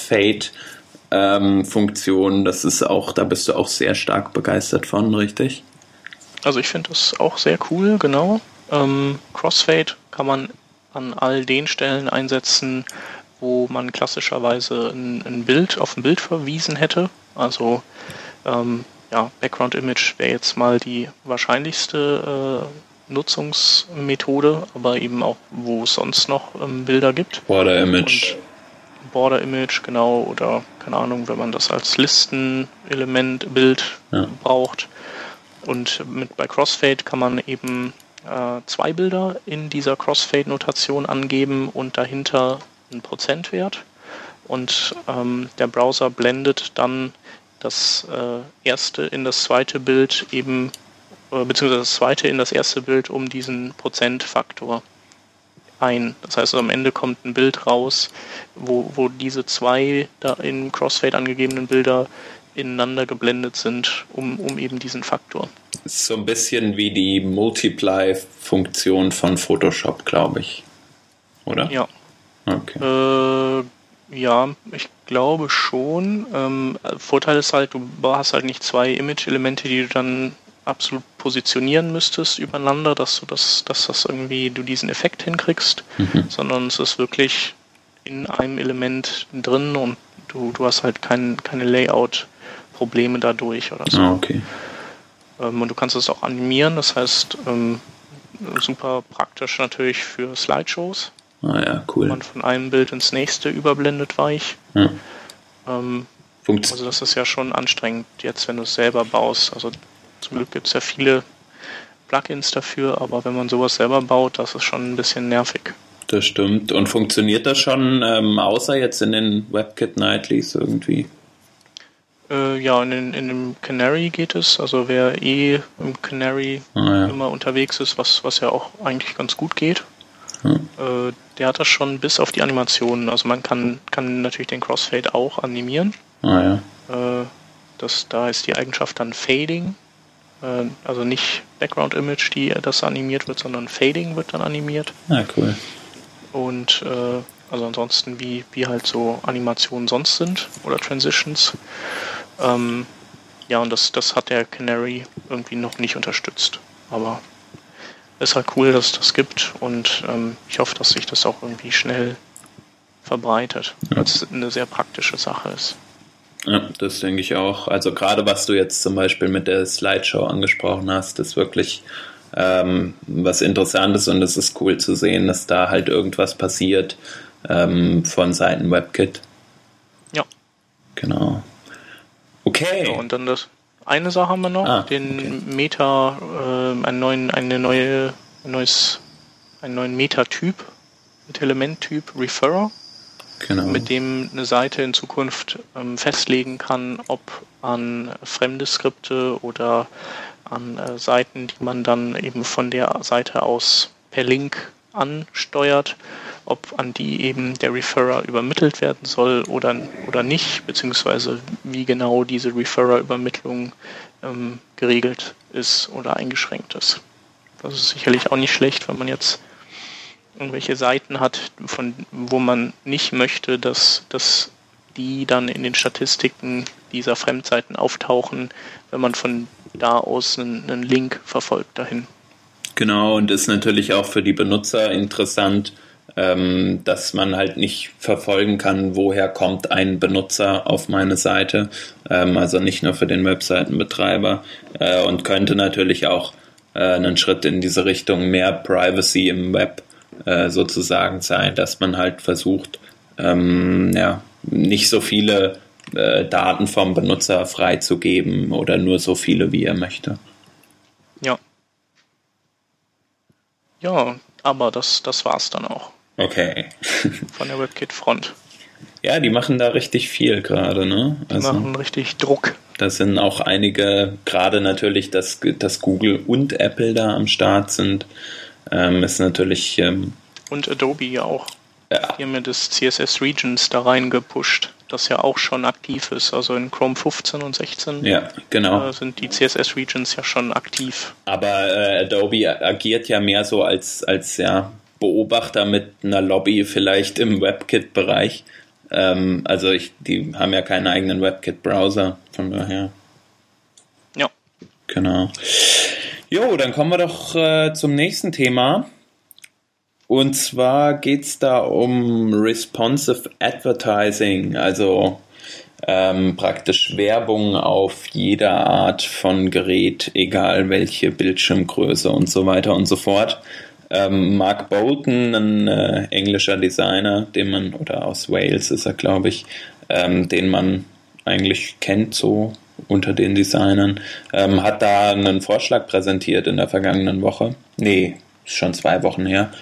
Crossfade-Funktion, das ist auch, da bist du auch sehr stark begeistert von, richtig? Also ich finde das auch sehr cool, genau. Crossfade kann man an all den Stellen einsetzen, wo man klassischerweise ein Bild auf ein Bild verwiesen hätte. Also Background Image wäre jetzt mal die wahrscheinlichste Nutzungsmethode, aber eben auch, wo es sonst noch Bilder gibt. Border Image. Und Border Image, genau, oder keine Ahnung, wenn man das als Listenelement Bild braucht. Und bei Crossfade kann man eben 2 Bilder in dieser Crossfade-Notation angeben und dahinter einen Prozentwert. Und der Browser blendet dann das erste in das zweite Bild eben, beziehungsweise das zweite in das erste Bild um diesen Prozentfaktor ein. Das heißt, am Ende kommt ein Bild raus, wo diese 2 da in Crossfade angegebenen Bilder ineinander geblendet sind, um eben diesen Faktor. Das ist so ein bisschen wie die Multiply-Funktion von Photoshop, glaube ich. Oder? Ja. Okay. Ja, ich glaube schon. Vorteil ist halt, du hast halt nicht 2 Image-Elemente, die du dann absolut positionieren müsstest übereinander, dass das irgendwie du diesen Effekt hinkriegst, sondern es ist wirklich in einem Element drin und du hast halt keine Layout-Probleme dadurch oder so. Okay. Und du kannst es auch animieren, das heißt super praktisch natürlich für Slideshows. Ah ja, cool. Man von einem Bild ins nächste überblendet weich. Ja. Also das ist ja schon anstrengend jetzt, wenn du es selber baust. Also zum Glück gibt es ja viele Plugins dafür, aber wenn man sowas selber baut, das ist schon ein bisschen nervig. Das stimmt. Und funktioniert das schon, außer jetzt in den WebKit Nightlies irgendwie? In dem Canary geht es. Also wer im Canary immer unterwegs ist, was ja auch eigentlich ganz gut geht, der hat das schon bis auf die Animationen. Also man kann natürlich den Crossfade auch animieren. Da ist die Eigenschaft dann Fading. Also nicht Background Image, das animiert wird, sondern Fading wird dann animiert. Ah, cool. Und also ansonsten wie halt so Animationen sonst sind oder Transitions. Und das hat der Canary irgendwie noch nicht unterstützt. Aber ist halt cool, dass es das gibt und ich hoffe, dass sich das auch irgendwie schnell verbreitet, weil es eine sehr praktische Sache ist. Ja, das denke ich auch. Also gerade was du jetzt zum Beispiel mit der Slideshow angesprochen hast, ist wirklich was Interessantes und es ist cool zu sehen, dass da halt irgendwas passiert von Seiten WebKit. Ja. Genau. Okay. Ja, und dann eine Sache haben wir noch, Meta, einen neuen Meta-Typ, mit Elementtyp Referrer, mit dem eine Seite in Zukunft festlegen kann, ob an fremde Skripte oder Seiten, die man dann eben von der Seite aus per Link ansteuert, ob an die eben der Referrer übermittelt werden soll oder nicht, beziehungsweise wie genau diese Referrer-Übermittlung geregelt ist oder eingeschränkt ist. Das ist sicherlich auch nicht schlecht, wenn man jetzt irgendwelche Seiten hat, wo man nicht möchte, dass die dann in den Statistiken dieser Fremdseiten auftauchen, wenn man von da aus einen Link verfolgt dahin. Genau, und ist natürlich auch für die Benutzer interessant, dass man halt nicht verfolgen kann, woher kommt ein Benutzer auf meine Seite, also nicht nur für den Webseitenbetreiber, und könnte natürlich auch einen Schritt in diese Richtung mehr Privacy im Web sozusagen sein, dass man halt versucht, nicht so viele Daten vom Benutzer freizugeben oder nur so viele, wie er möchte. Ja. Ja, aber das war's dann auch. Okay. Von der WebKit-Front. Ja, die machen da richtig viel gerade, ne? Die machen richtig Druck. Da sind auch einige, gerade natürlich, dass Google und Apple da am Start sind, ist natürlich... und Adobe ja auch. Ja. Die haben ja das CSS Regions da reingepusht, das ja auch schon aktiv ist. Also in Chrome 15 und 16 ja, genau. Sind die CSS Regions ja schon aktiv. Aber Adobe agiert ja mehr so als Beobachter mit einer Lobby vielleicht im WebKit-Bereich. Also die haben ja keinen eigenen WebKit-Browser, von daher. Ja. Genau. Jo, dann kommen wir doch zum nächsten Thema. Und zwar geht es da um Responsive Advertising, also praktisch Werbung auf jeder Art von Gerät, egal welche Bildschirmgröße und so weiter und so fort. Mark Bolton, ein englischer Designer, oder aus Wales ist er, glaube ich, den man eigentlich kennt, so unter den Designern, hat da einen Vorschlag präsentiert in der vergangenen Woche. Nee, ist schon 2 Wochen her.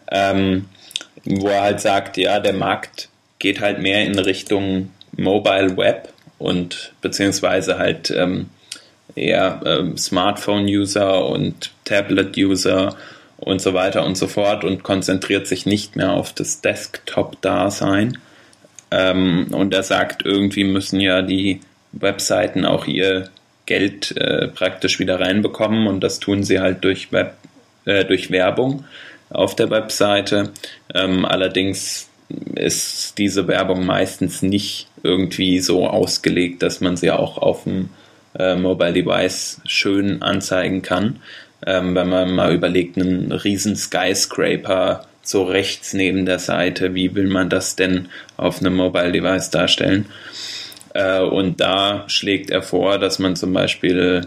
Wo er halt sagt, ja, der Markt geht halt mehr in Richtung Mobile Web und beziehungsweise halt eher Smartphone-User und Tablet-User und so weiter und so fort und konzentriert sich nicht mehr auf das Desktop-Dasein. Und er sagt, irgendwie müssen ja die Webseiten auch ihr Geld praktisch wieder reinbekommen und das tun sie halt durch Werbung auf der Webseite. Allerdings ist diese Werbung meistens nicht irgendwie so ausgelegt, dass man sie auch auf dem Mobile Device schön anzeigen kann. Wenn man mal überlegt, einen riesen Skyscraper so rechts neben der Seite, wie will man das denn auf einem Mobile Device darstellen? Und da schlägt er vor, dass man zum Beispiel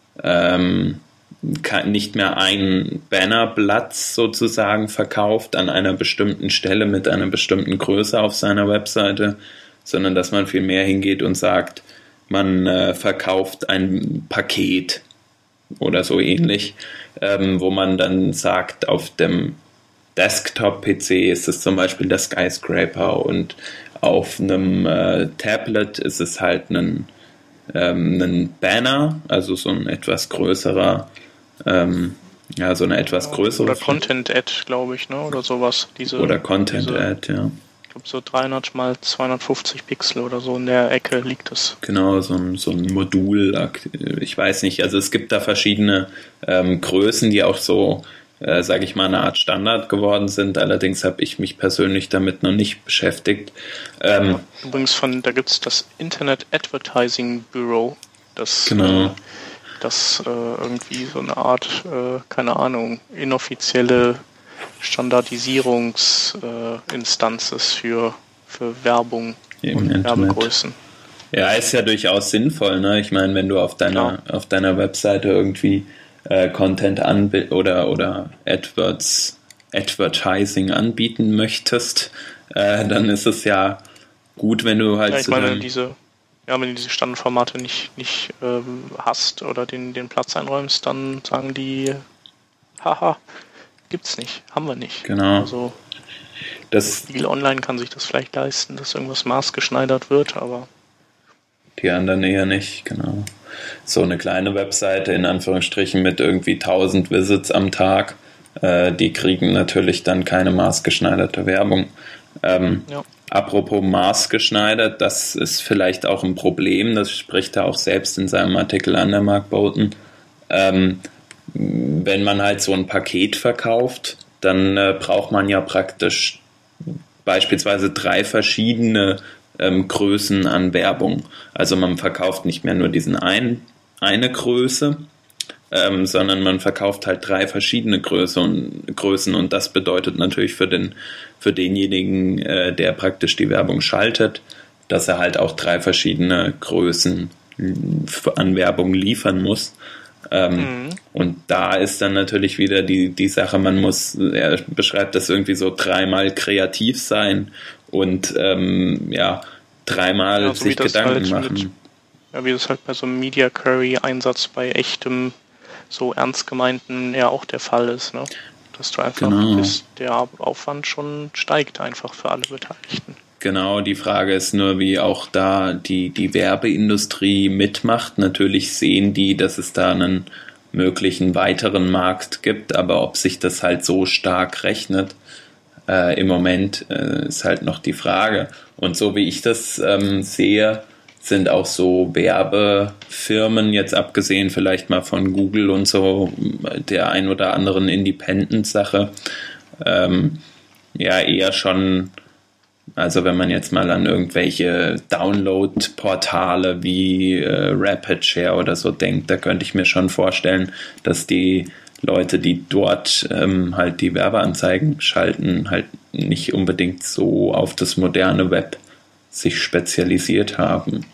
nicht mehr ein Bannerblatt sozusagen verkauft an einer bestimmten Stelle mit einer bestimmten Größe auf seiner Webseite, sondern dass man viel mehr hingeht und sagt, man verkauft ein Paket oder so ähnlich, wo man dann sagt, auf dem Desktop-PC ist es zum Beispiel der Skyscraper und auf einem Tablet ist es halt ein Banner, also so ein etwas größerer, so eine etwas größere. Oder Content-Ad, glaube ich, ne? Oder sowas. Oder Content-Ad, ja. Ich glaube, so 300 mal 250 Pixel oder so in der Ecke liegt es. Genau, so ein Modul, ich weiß nicht, also es gibt da verschiedene Größen, die auch so, sage ich mal, eine Art Standard geworden sind. Allerdings habe ich mich persönlich damit noch nicht beschäftigt. Übrigens, da gibt es das Internet Advertising Bureau, das genau. Das irgendwie so eine Art, keine Ahnung, inoffizielle Standardisierungsinstanz ist für Werbung im und Internet. Werbegrößen. Ja, ist ja durchaus sinnvoll, ne? Ich meine, wenn du auf deiner Webseite irgendwie Content oder Advertising anbieten möchtest, dann ist es ja gut, wenn du halt wenn du diese Standardformate nicht hast oder den Platz einräumst, dann sagen die, haha, gibt's nicht, haben wir nicht. Genau. Also Spiegel Online kann sich das vielleicht leisten, dass irgendwas maßgeschneidert wird, aber die anderen eher nicht, genau. So eine kleine Webseite in Anführungsstrichen mit irgendwie 1000 Visits am Tag, die kriegen natürlich dann keine maßgeschneiderte Werbung. Apropos maßgeschneidert, das ist vielleicht auch ein Problem, das spricht er auch selbst in seinem Artikel an, der Mark Bowden. Wenn man halt so ein Paket verkauft, dann braucht man ja praktisch beispielsweise 3 verschiedene Größen an Werbung. Also man verkauft nicht mehr nur diesen eine Größe, sondern man verkauft halt 3 verschiedene Größen und das bedeutet natürlich für denjenigen, der praktisch die Werbung schaltet, dass er halt auch 3 verschiedene Größen an Werbung liefern muss. Und da ist dann natürlich wieder die Sache, er beschreibt das irgendwie so 3-mal kreativ sein und 3-mal sich Gedanken machen. Wie das halt bei so einem Media Query Einsatz bei echtem, so ernst gemeinten ja auch der Fall ist, ne? Dass du einfach der Aufwand schon steigt einfach für alle Beteiligten. Genau, die Frage ist nur, wie auch da die Werbeindustrie mitmacht. Natürlich sehen die, dass es da einen möglichen weiteren Markt gibt, aber ob sich das halt so stark rechnet, im Moment ist halt noch die Frage. Und so wie ich das sehe, sind auch so Werbefirmen, jetzt abgesehen vielleicht mal von Google und so, der ein oder anderen Independent-Sache, eher schon, also wenn man jetzt mal an irgendwelche Download-Portale wie RapidShare oder so denkt, da könnte ich mir schon vorstellen, dass die Leute, die dort halt die Werbeanzeigen schalten, halt nicht unbedingt so auf das moderne Web sich spezialisiert haben.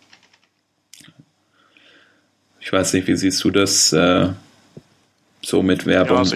Ich weiß nicht, wie siehst du das so mit Werbung? Ja, also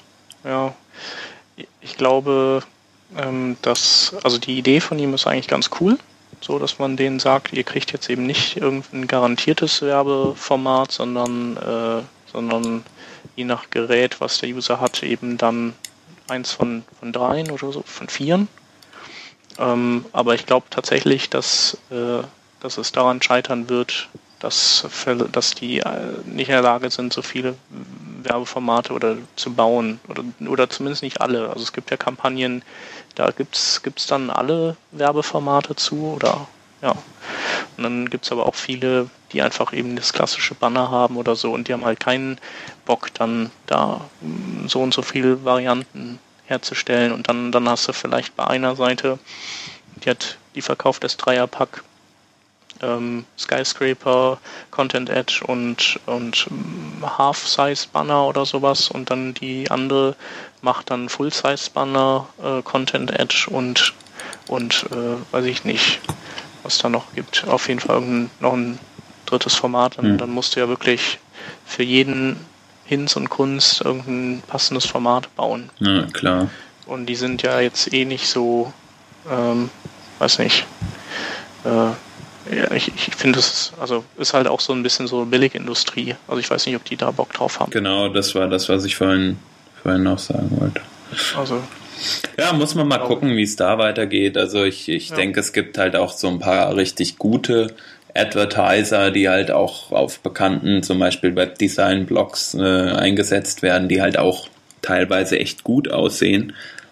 ich glaube, also die Idee von ihm ist eigentlich ganz cool, so dass man denen sagt, ihr kriegt jetzt eben nicht irgendein garantiertes Werbeformat, sondern je nach Gerät, was der User hat, eben dann eins von 3 oder so, von 4. Aber ich glaube tatsächlich, dass es daran scheitern wird, dass die nicht in der Lage sind, so viele Werbeformate zu bauen oder zumindest nicht alle. Also es gibt ja Kampagnen, da gibt's dann alle Werbeformate zu oder ja. Und dann gibt's aber auch viele, die einfach eben das klassische Banner haben oder so und die haben halt keinen Bock, dann da so und so viele Varianten herzustellen und dann hast du vielleicht bei einer Seite, die verkauft das Dreierpack Skyscraper, Content Edge und Half-Size Banner oder sowas und dann die andere macht dann Full-Size Banner, Content Edge und weiß ich nicht, was da noch gibt. Auf jeden Fall noch ein drittes Format. Dann musst du ja wirklich für jeden Hinz und Kunst irgendein passendes Format bauen. Ja, klar. Und die sind ja jetzt eh nicht so, weiß nicht, ja, ich finde, es ist halt auch so ein bisschen so Billigindustrie. Also ich weiß nicht, ob die da Bock drauf haben. Genau, das war das, was ich vorhin noch sagen wollte. Also ja, muss man mal gucken, wie es da weitergeht. Also ich denke, es gibt halt auch so ein paar richtig gute Advertiser, die halt auch auf bekannten, zum Beispiel Webdesign-Blogs eingesetzt werden, die halt auch teilweise echt gut aussehen.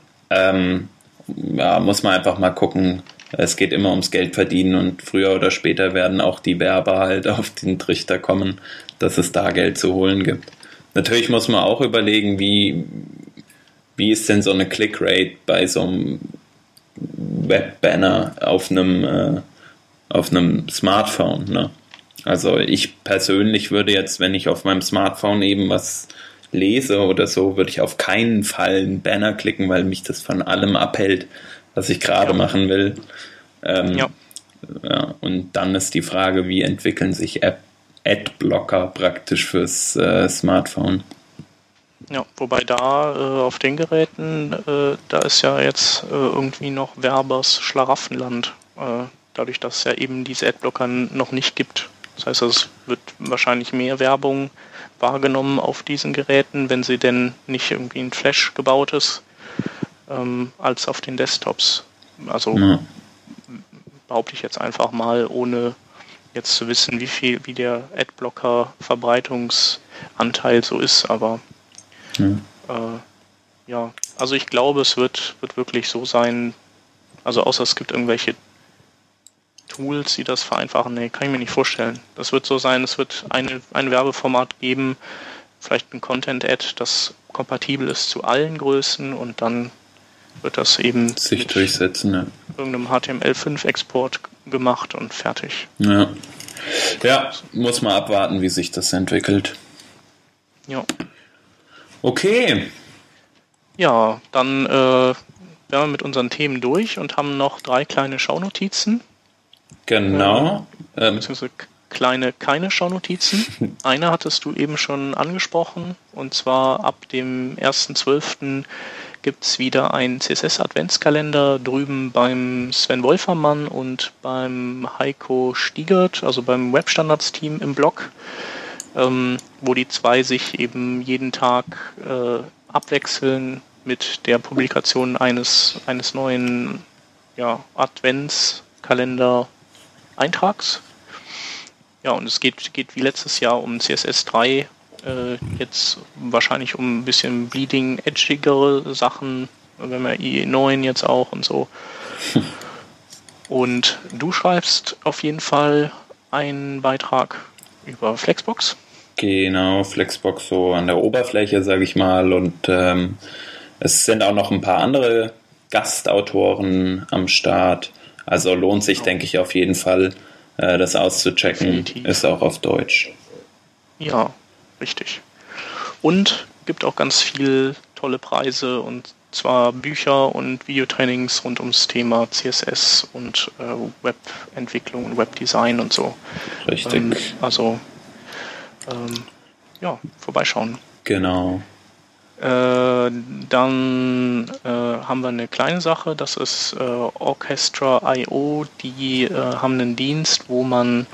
Muss man einfach mal gucken. Es geht immer ums Geld verdienen und früher oder später werden auch die Werber halt auf den Trichter kommen, dass es da Geld zu holen gibt. Natürlich muss man auch überlegen, wie ist denn so eine Clickrate bei so einem Webbanner auf einem Smartphone, ne? Also ich persönlich würde jetzt, wenn ich auf meinem Smartphone eben was lese oder so, würde ich auf keinen Fall einen Banner klicken, weil mich das von allem abhält, was ich gerade machen will. Und dann ist die Frage, wie entwickeln sich Adblocker praktisch fürs Smartphone? Ja, wobei da auf den Geräten, da ist ja jetzt irgendwie noch Werbers Schlaraffenland, dadurch, dass es ja eben diese Adblocker noch nicht gibt. Das heißt, es wird wahrscheinlich mehr Werbung wahrgenommen auf diesen Geräten, wenn sie denn nicht irgendwie in Flash gebaut ist, als auf den Desktops. Also behaupte ich jetzt einfach mal, ohne jetzt zu wissen, wie der Adblocker-Verbreitungsanteil so ist, aber ja, also ich glaube, es wird wirklich so sein, also außer es gibt irgendwelche Tools, die das vereinfachen, nee, kann ich mir nicht vorstellen. Das wird so sein, es wird ein Werbeformat geben, vielleicht ein Content-Ad, das kompatibel ist zu allen Größen und dann wird das eben sich durchsetzen, ja. Irgendeinem HTML5-Export gemacht und fertig. Ja. Ja, muss man abwarten, wie sich das entwickelt. Ja. Okay. Ja, dann wären wir mit unseren Themen durch und haben noch 3 kleine Shownotizen. Genau. Beziehungsweise keine Shownotizen. Eine hattest du eben schon angesprochen, und zwar ab dem 1.12. gibt es wieder einen CSS-Adventskalender drüben beim Sven Wolfermann und beim Heiko Stiegert, also beim Webstandards-Team im Blog, wo die 2 sich eben jeden Tag abwechseln mit der Publikation eines neuen Adventskalender-Eintrags. Ja, und es geht wie letztes Jahr um CSS 3, jetzt wahrscheinlich um ein bisschen bleeding-edgigere Sachen, wenn wir IE9 jetzt auch und so. Und du schreibst auf jeden Fall einen Beitrag über Flexbox. Genau, Flexbox so an der Oberfläche, sage ich mal, und es sind auch noch ein paar andere Gastautoren am Start, also lohnt sich, denke ich, auf jeden Fall, das auszuchecken. Definitiv. Ist auch auf Deutsch. Ja, richtig. Und gibt auch ganz viel tolle Preise, und zwar Bücher und Videotrainings rund ums Thema CSS und Webentwicklung und Webdesign und so. Richtig. Vorbeischauen. Genau. Dann haben wir eine kleine Sache, das ist Orchestra.io, die haben einen Dienst, wo man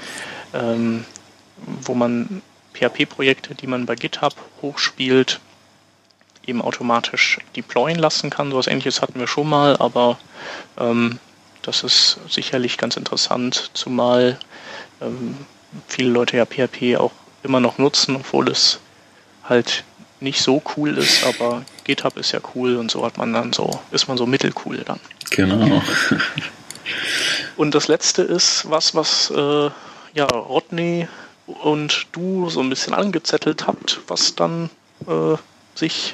PHP-Projekte, die man bei GitHub hochspielt, eben automatisch deployen lassen kann. So etwas Ähnliches hatten wir schon mal, aber das ist sicherlich ganz interessant, zumal viele Leute ja PHP auch immer noch nutzen, obwohl es halt nicht so cool ist, aber GitHub ist ja cool und so ist man so mittelcool dann. Genau. Und das letzte ist was Rodney und du so ein bisschen angezettelt habt, was dann sich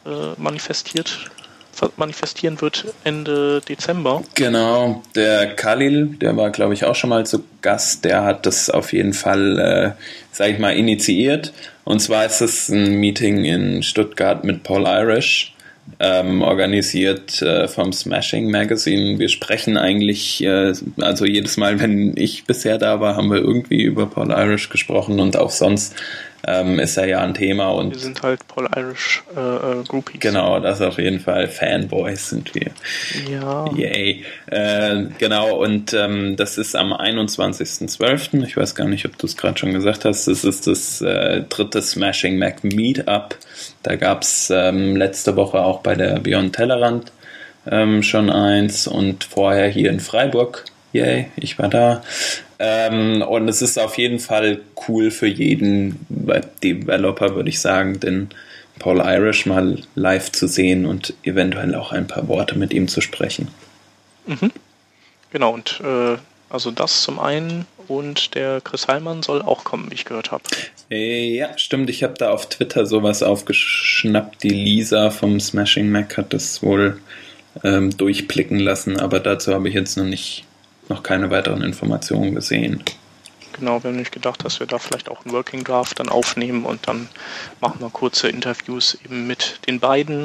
manifestieren wird Ende Dezember. Genau, der Khalil, der war, glaube ich, auch schon mal zu Gast, der hat das auf jeden Fall, sage ich mal, initiiert. Und zwar ist es ein Meeting in Stuttgart mit Paul Irish, organisiert vom Smashing Magazine. Wir sprechen eigentlich, also jedes Mal, wenn ich bisher da war, haben wir irgendwie über Paul Irish gesprochen, und auch sonst ist er ja ein Thema. Und wir sind halt Paul Irish Groupies. Genau, das auf jeden Fall. Fanboys sind wir. Ja. Yay. Genau, und das ist am 21.12. Ich weiß gar nicht, ob du es gerade schon gesagt hast. Das ist das 3. Smashing Mac Meetup. Da gab es letzte Woche auch bei der Beyond Tellerrand schon eins, und vorher hier in Freiburg. Yay, ich war da. Und es ist auf jeden Fall cool für jeden Web-Developer, würde ich sagen, den Paul Irish mal live zu sehen und eventuell auch ein paar Worte mit ihm zu sprechen. Mhm. Genau, und also das zum einen, und der Chris Heilmann soll auch kommen, wie ich gehört habe. Ja, stimmt, ich habe da auf Twitter sowas aufgeschnappt. Die Lisa vom Smashing Mac hat das wohl durchblicken lassen, aber dazu habe ich jetzt noch keine weiteren Informationen gesehen. Genau, wir haben nicht gedacht, dass wir da vielleicht auch einen Working Draft dann aufnehmen und dann machen wir kurze Interviews eben mit den beiden.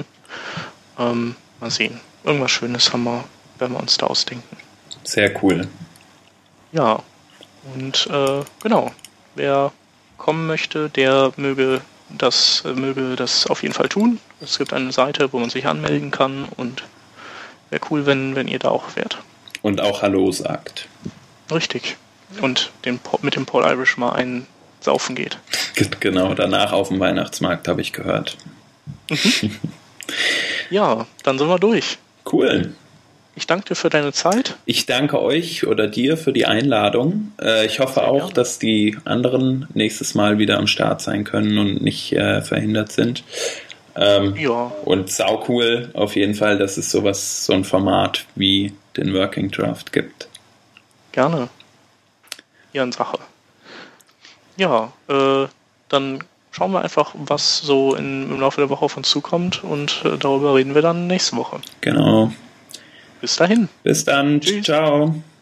Mal sehen. Irgendwas Schönes werden wir uns da ausdenken. Sehr cool. Ja, und genau, wer kommen möchte, der möge das auf jeden Fall tun. Es gibt eine Seite, wo man sich anmelden kann, und wäre cool, wenn ihr da auch wärt. Und auch Hallo sagt. Richtig. Und mit dem Paul Irish mal einen saufen geht. Genau, danach auf dem Weihnachtsmarkt, habe ich gehört. Mhm. Ja, dann sind wir durch. Cool. Ich danke dir für deine Zeit. Ich danke euch oder dir für die Einladung. Ich hoffe auch, dass die anderen nächstes Mal wieder am Start sein können und nicht verhindert sind. Und sau cool auf jeden Fall, dass es so ein Format wie den Working Draft gibt. Gerne. Ja, in Sache. Ja, dann schauen wir einfach, was so im Laufe der Woche auf uns zukommt und darüber reden wir dann nächste Woche. Genau. Bis dahin. Bis dann. Tschüss. Ciao.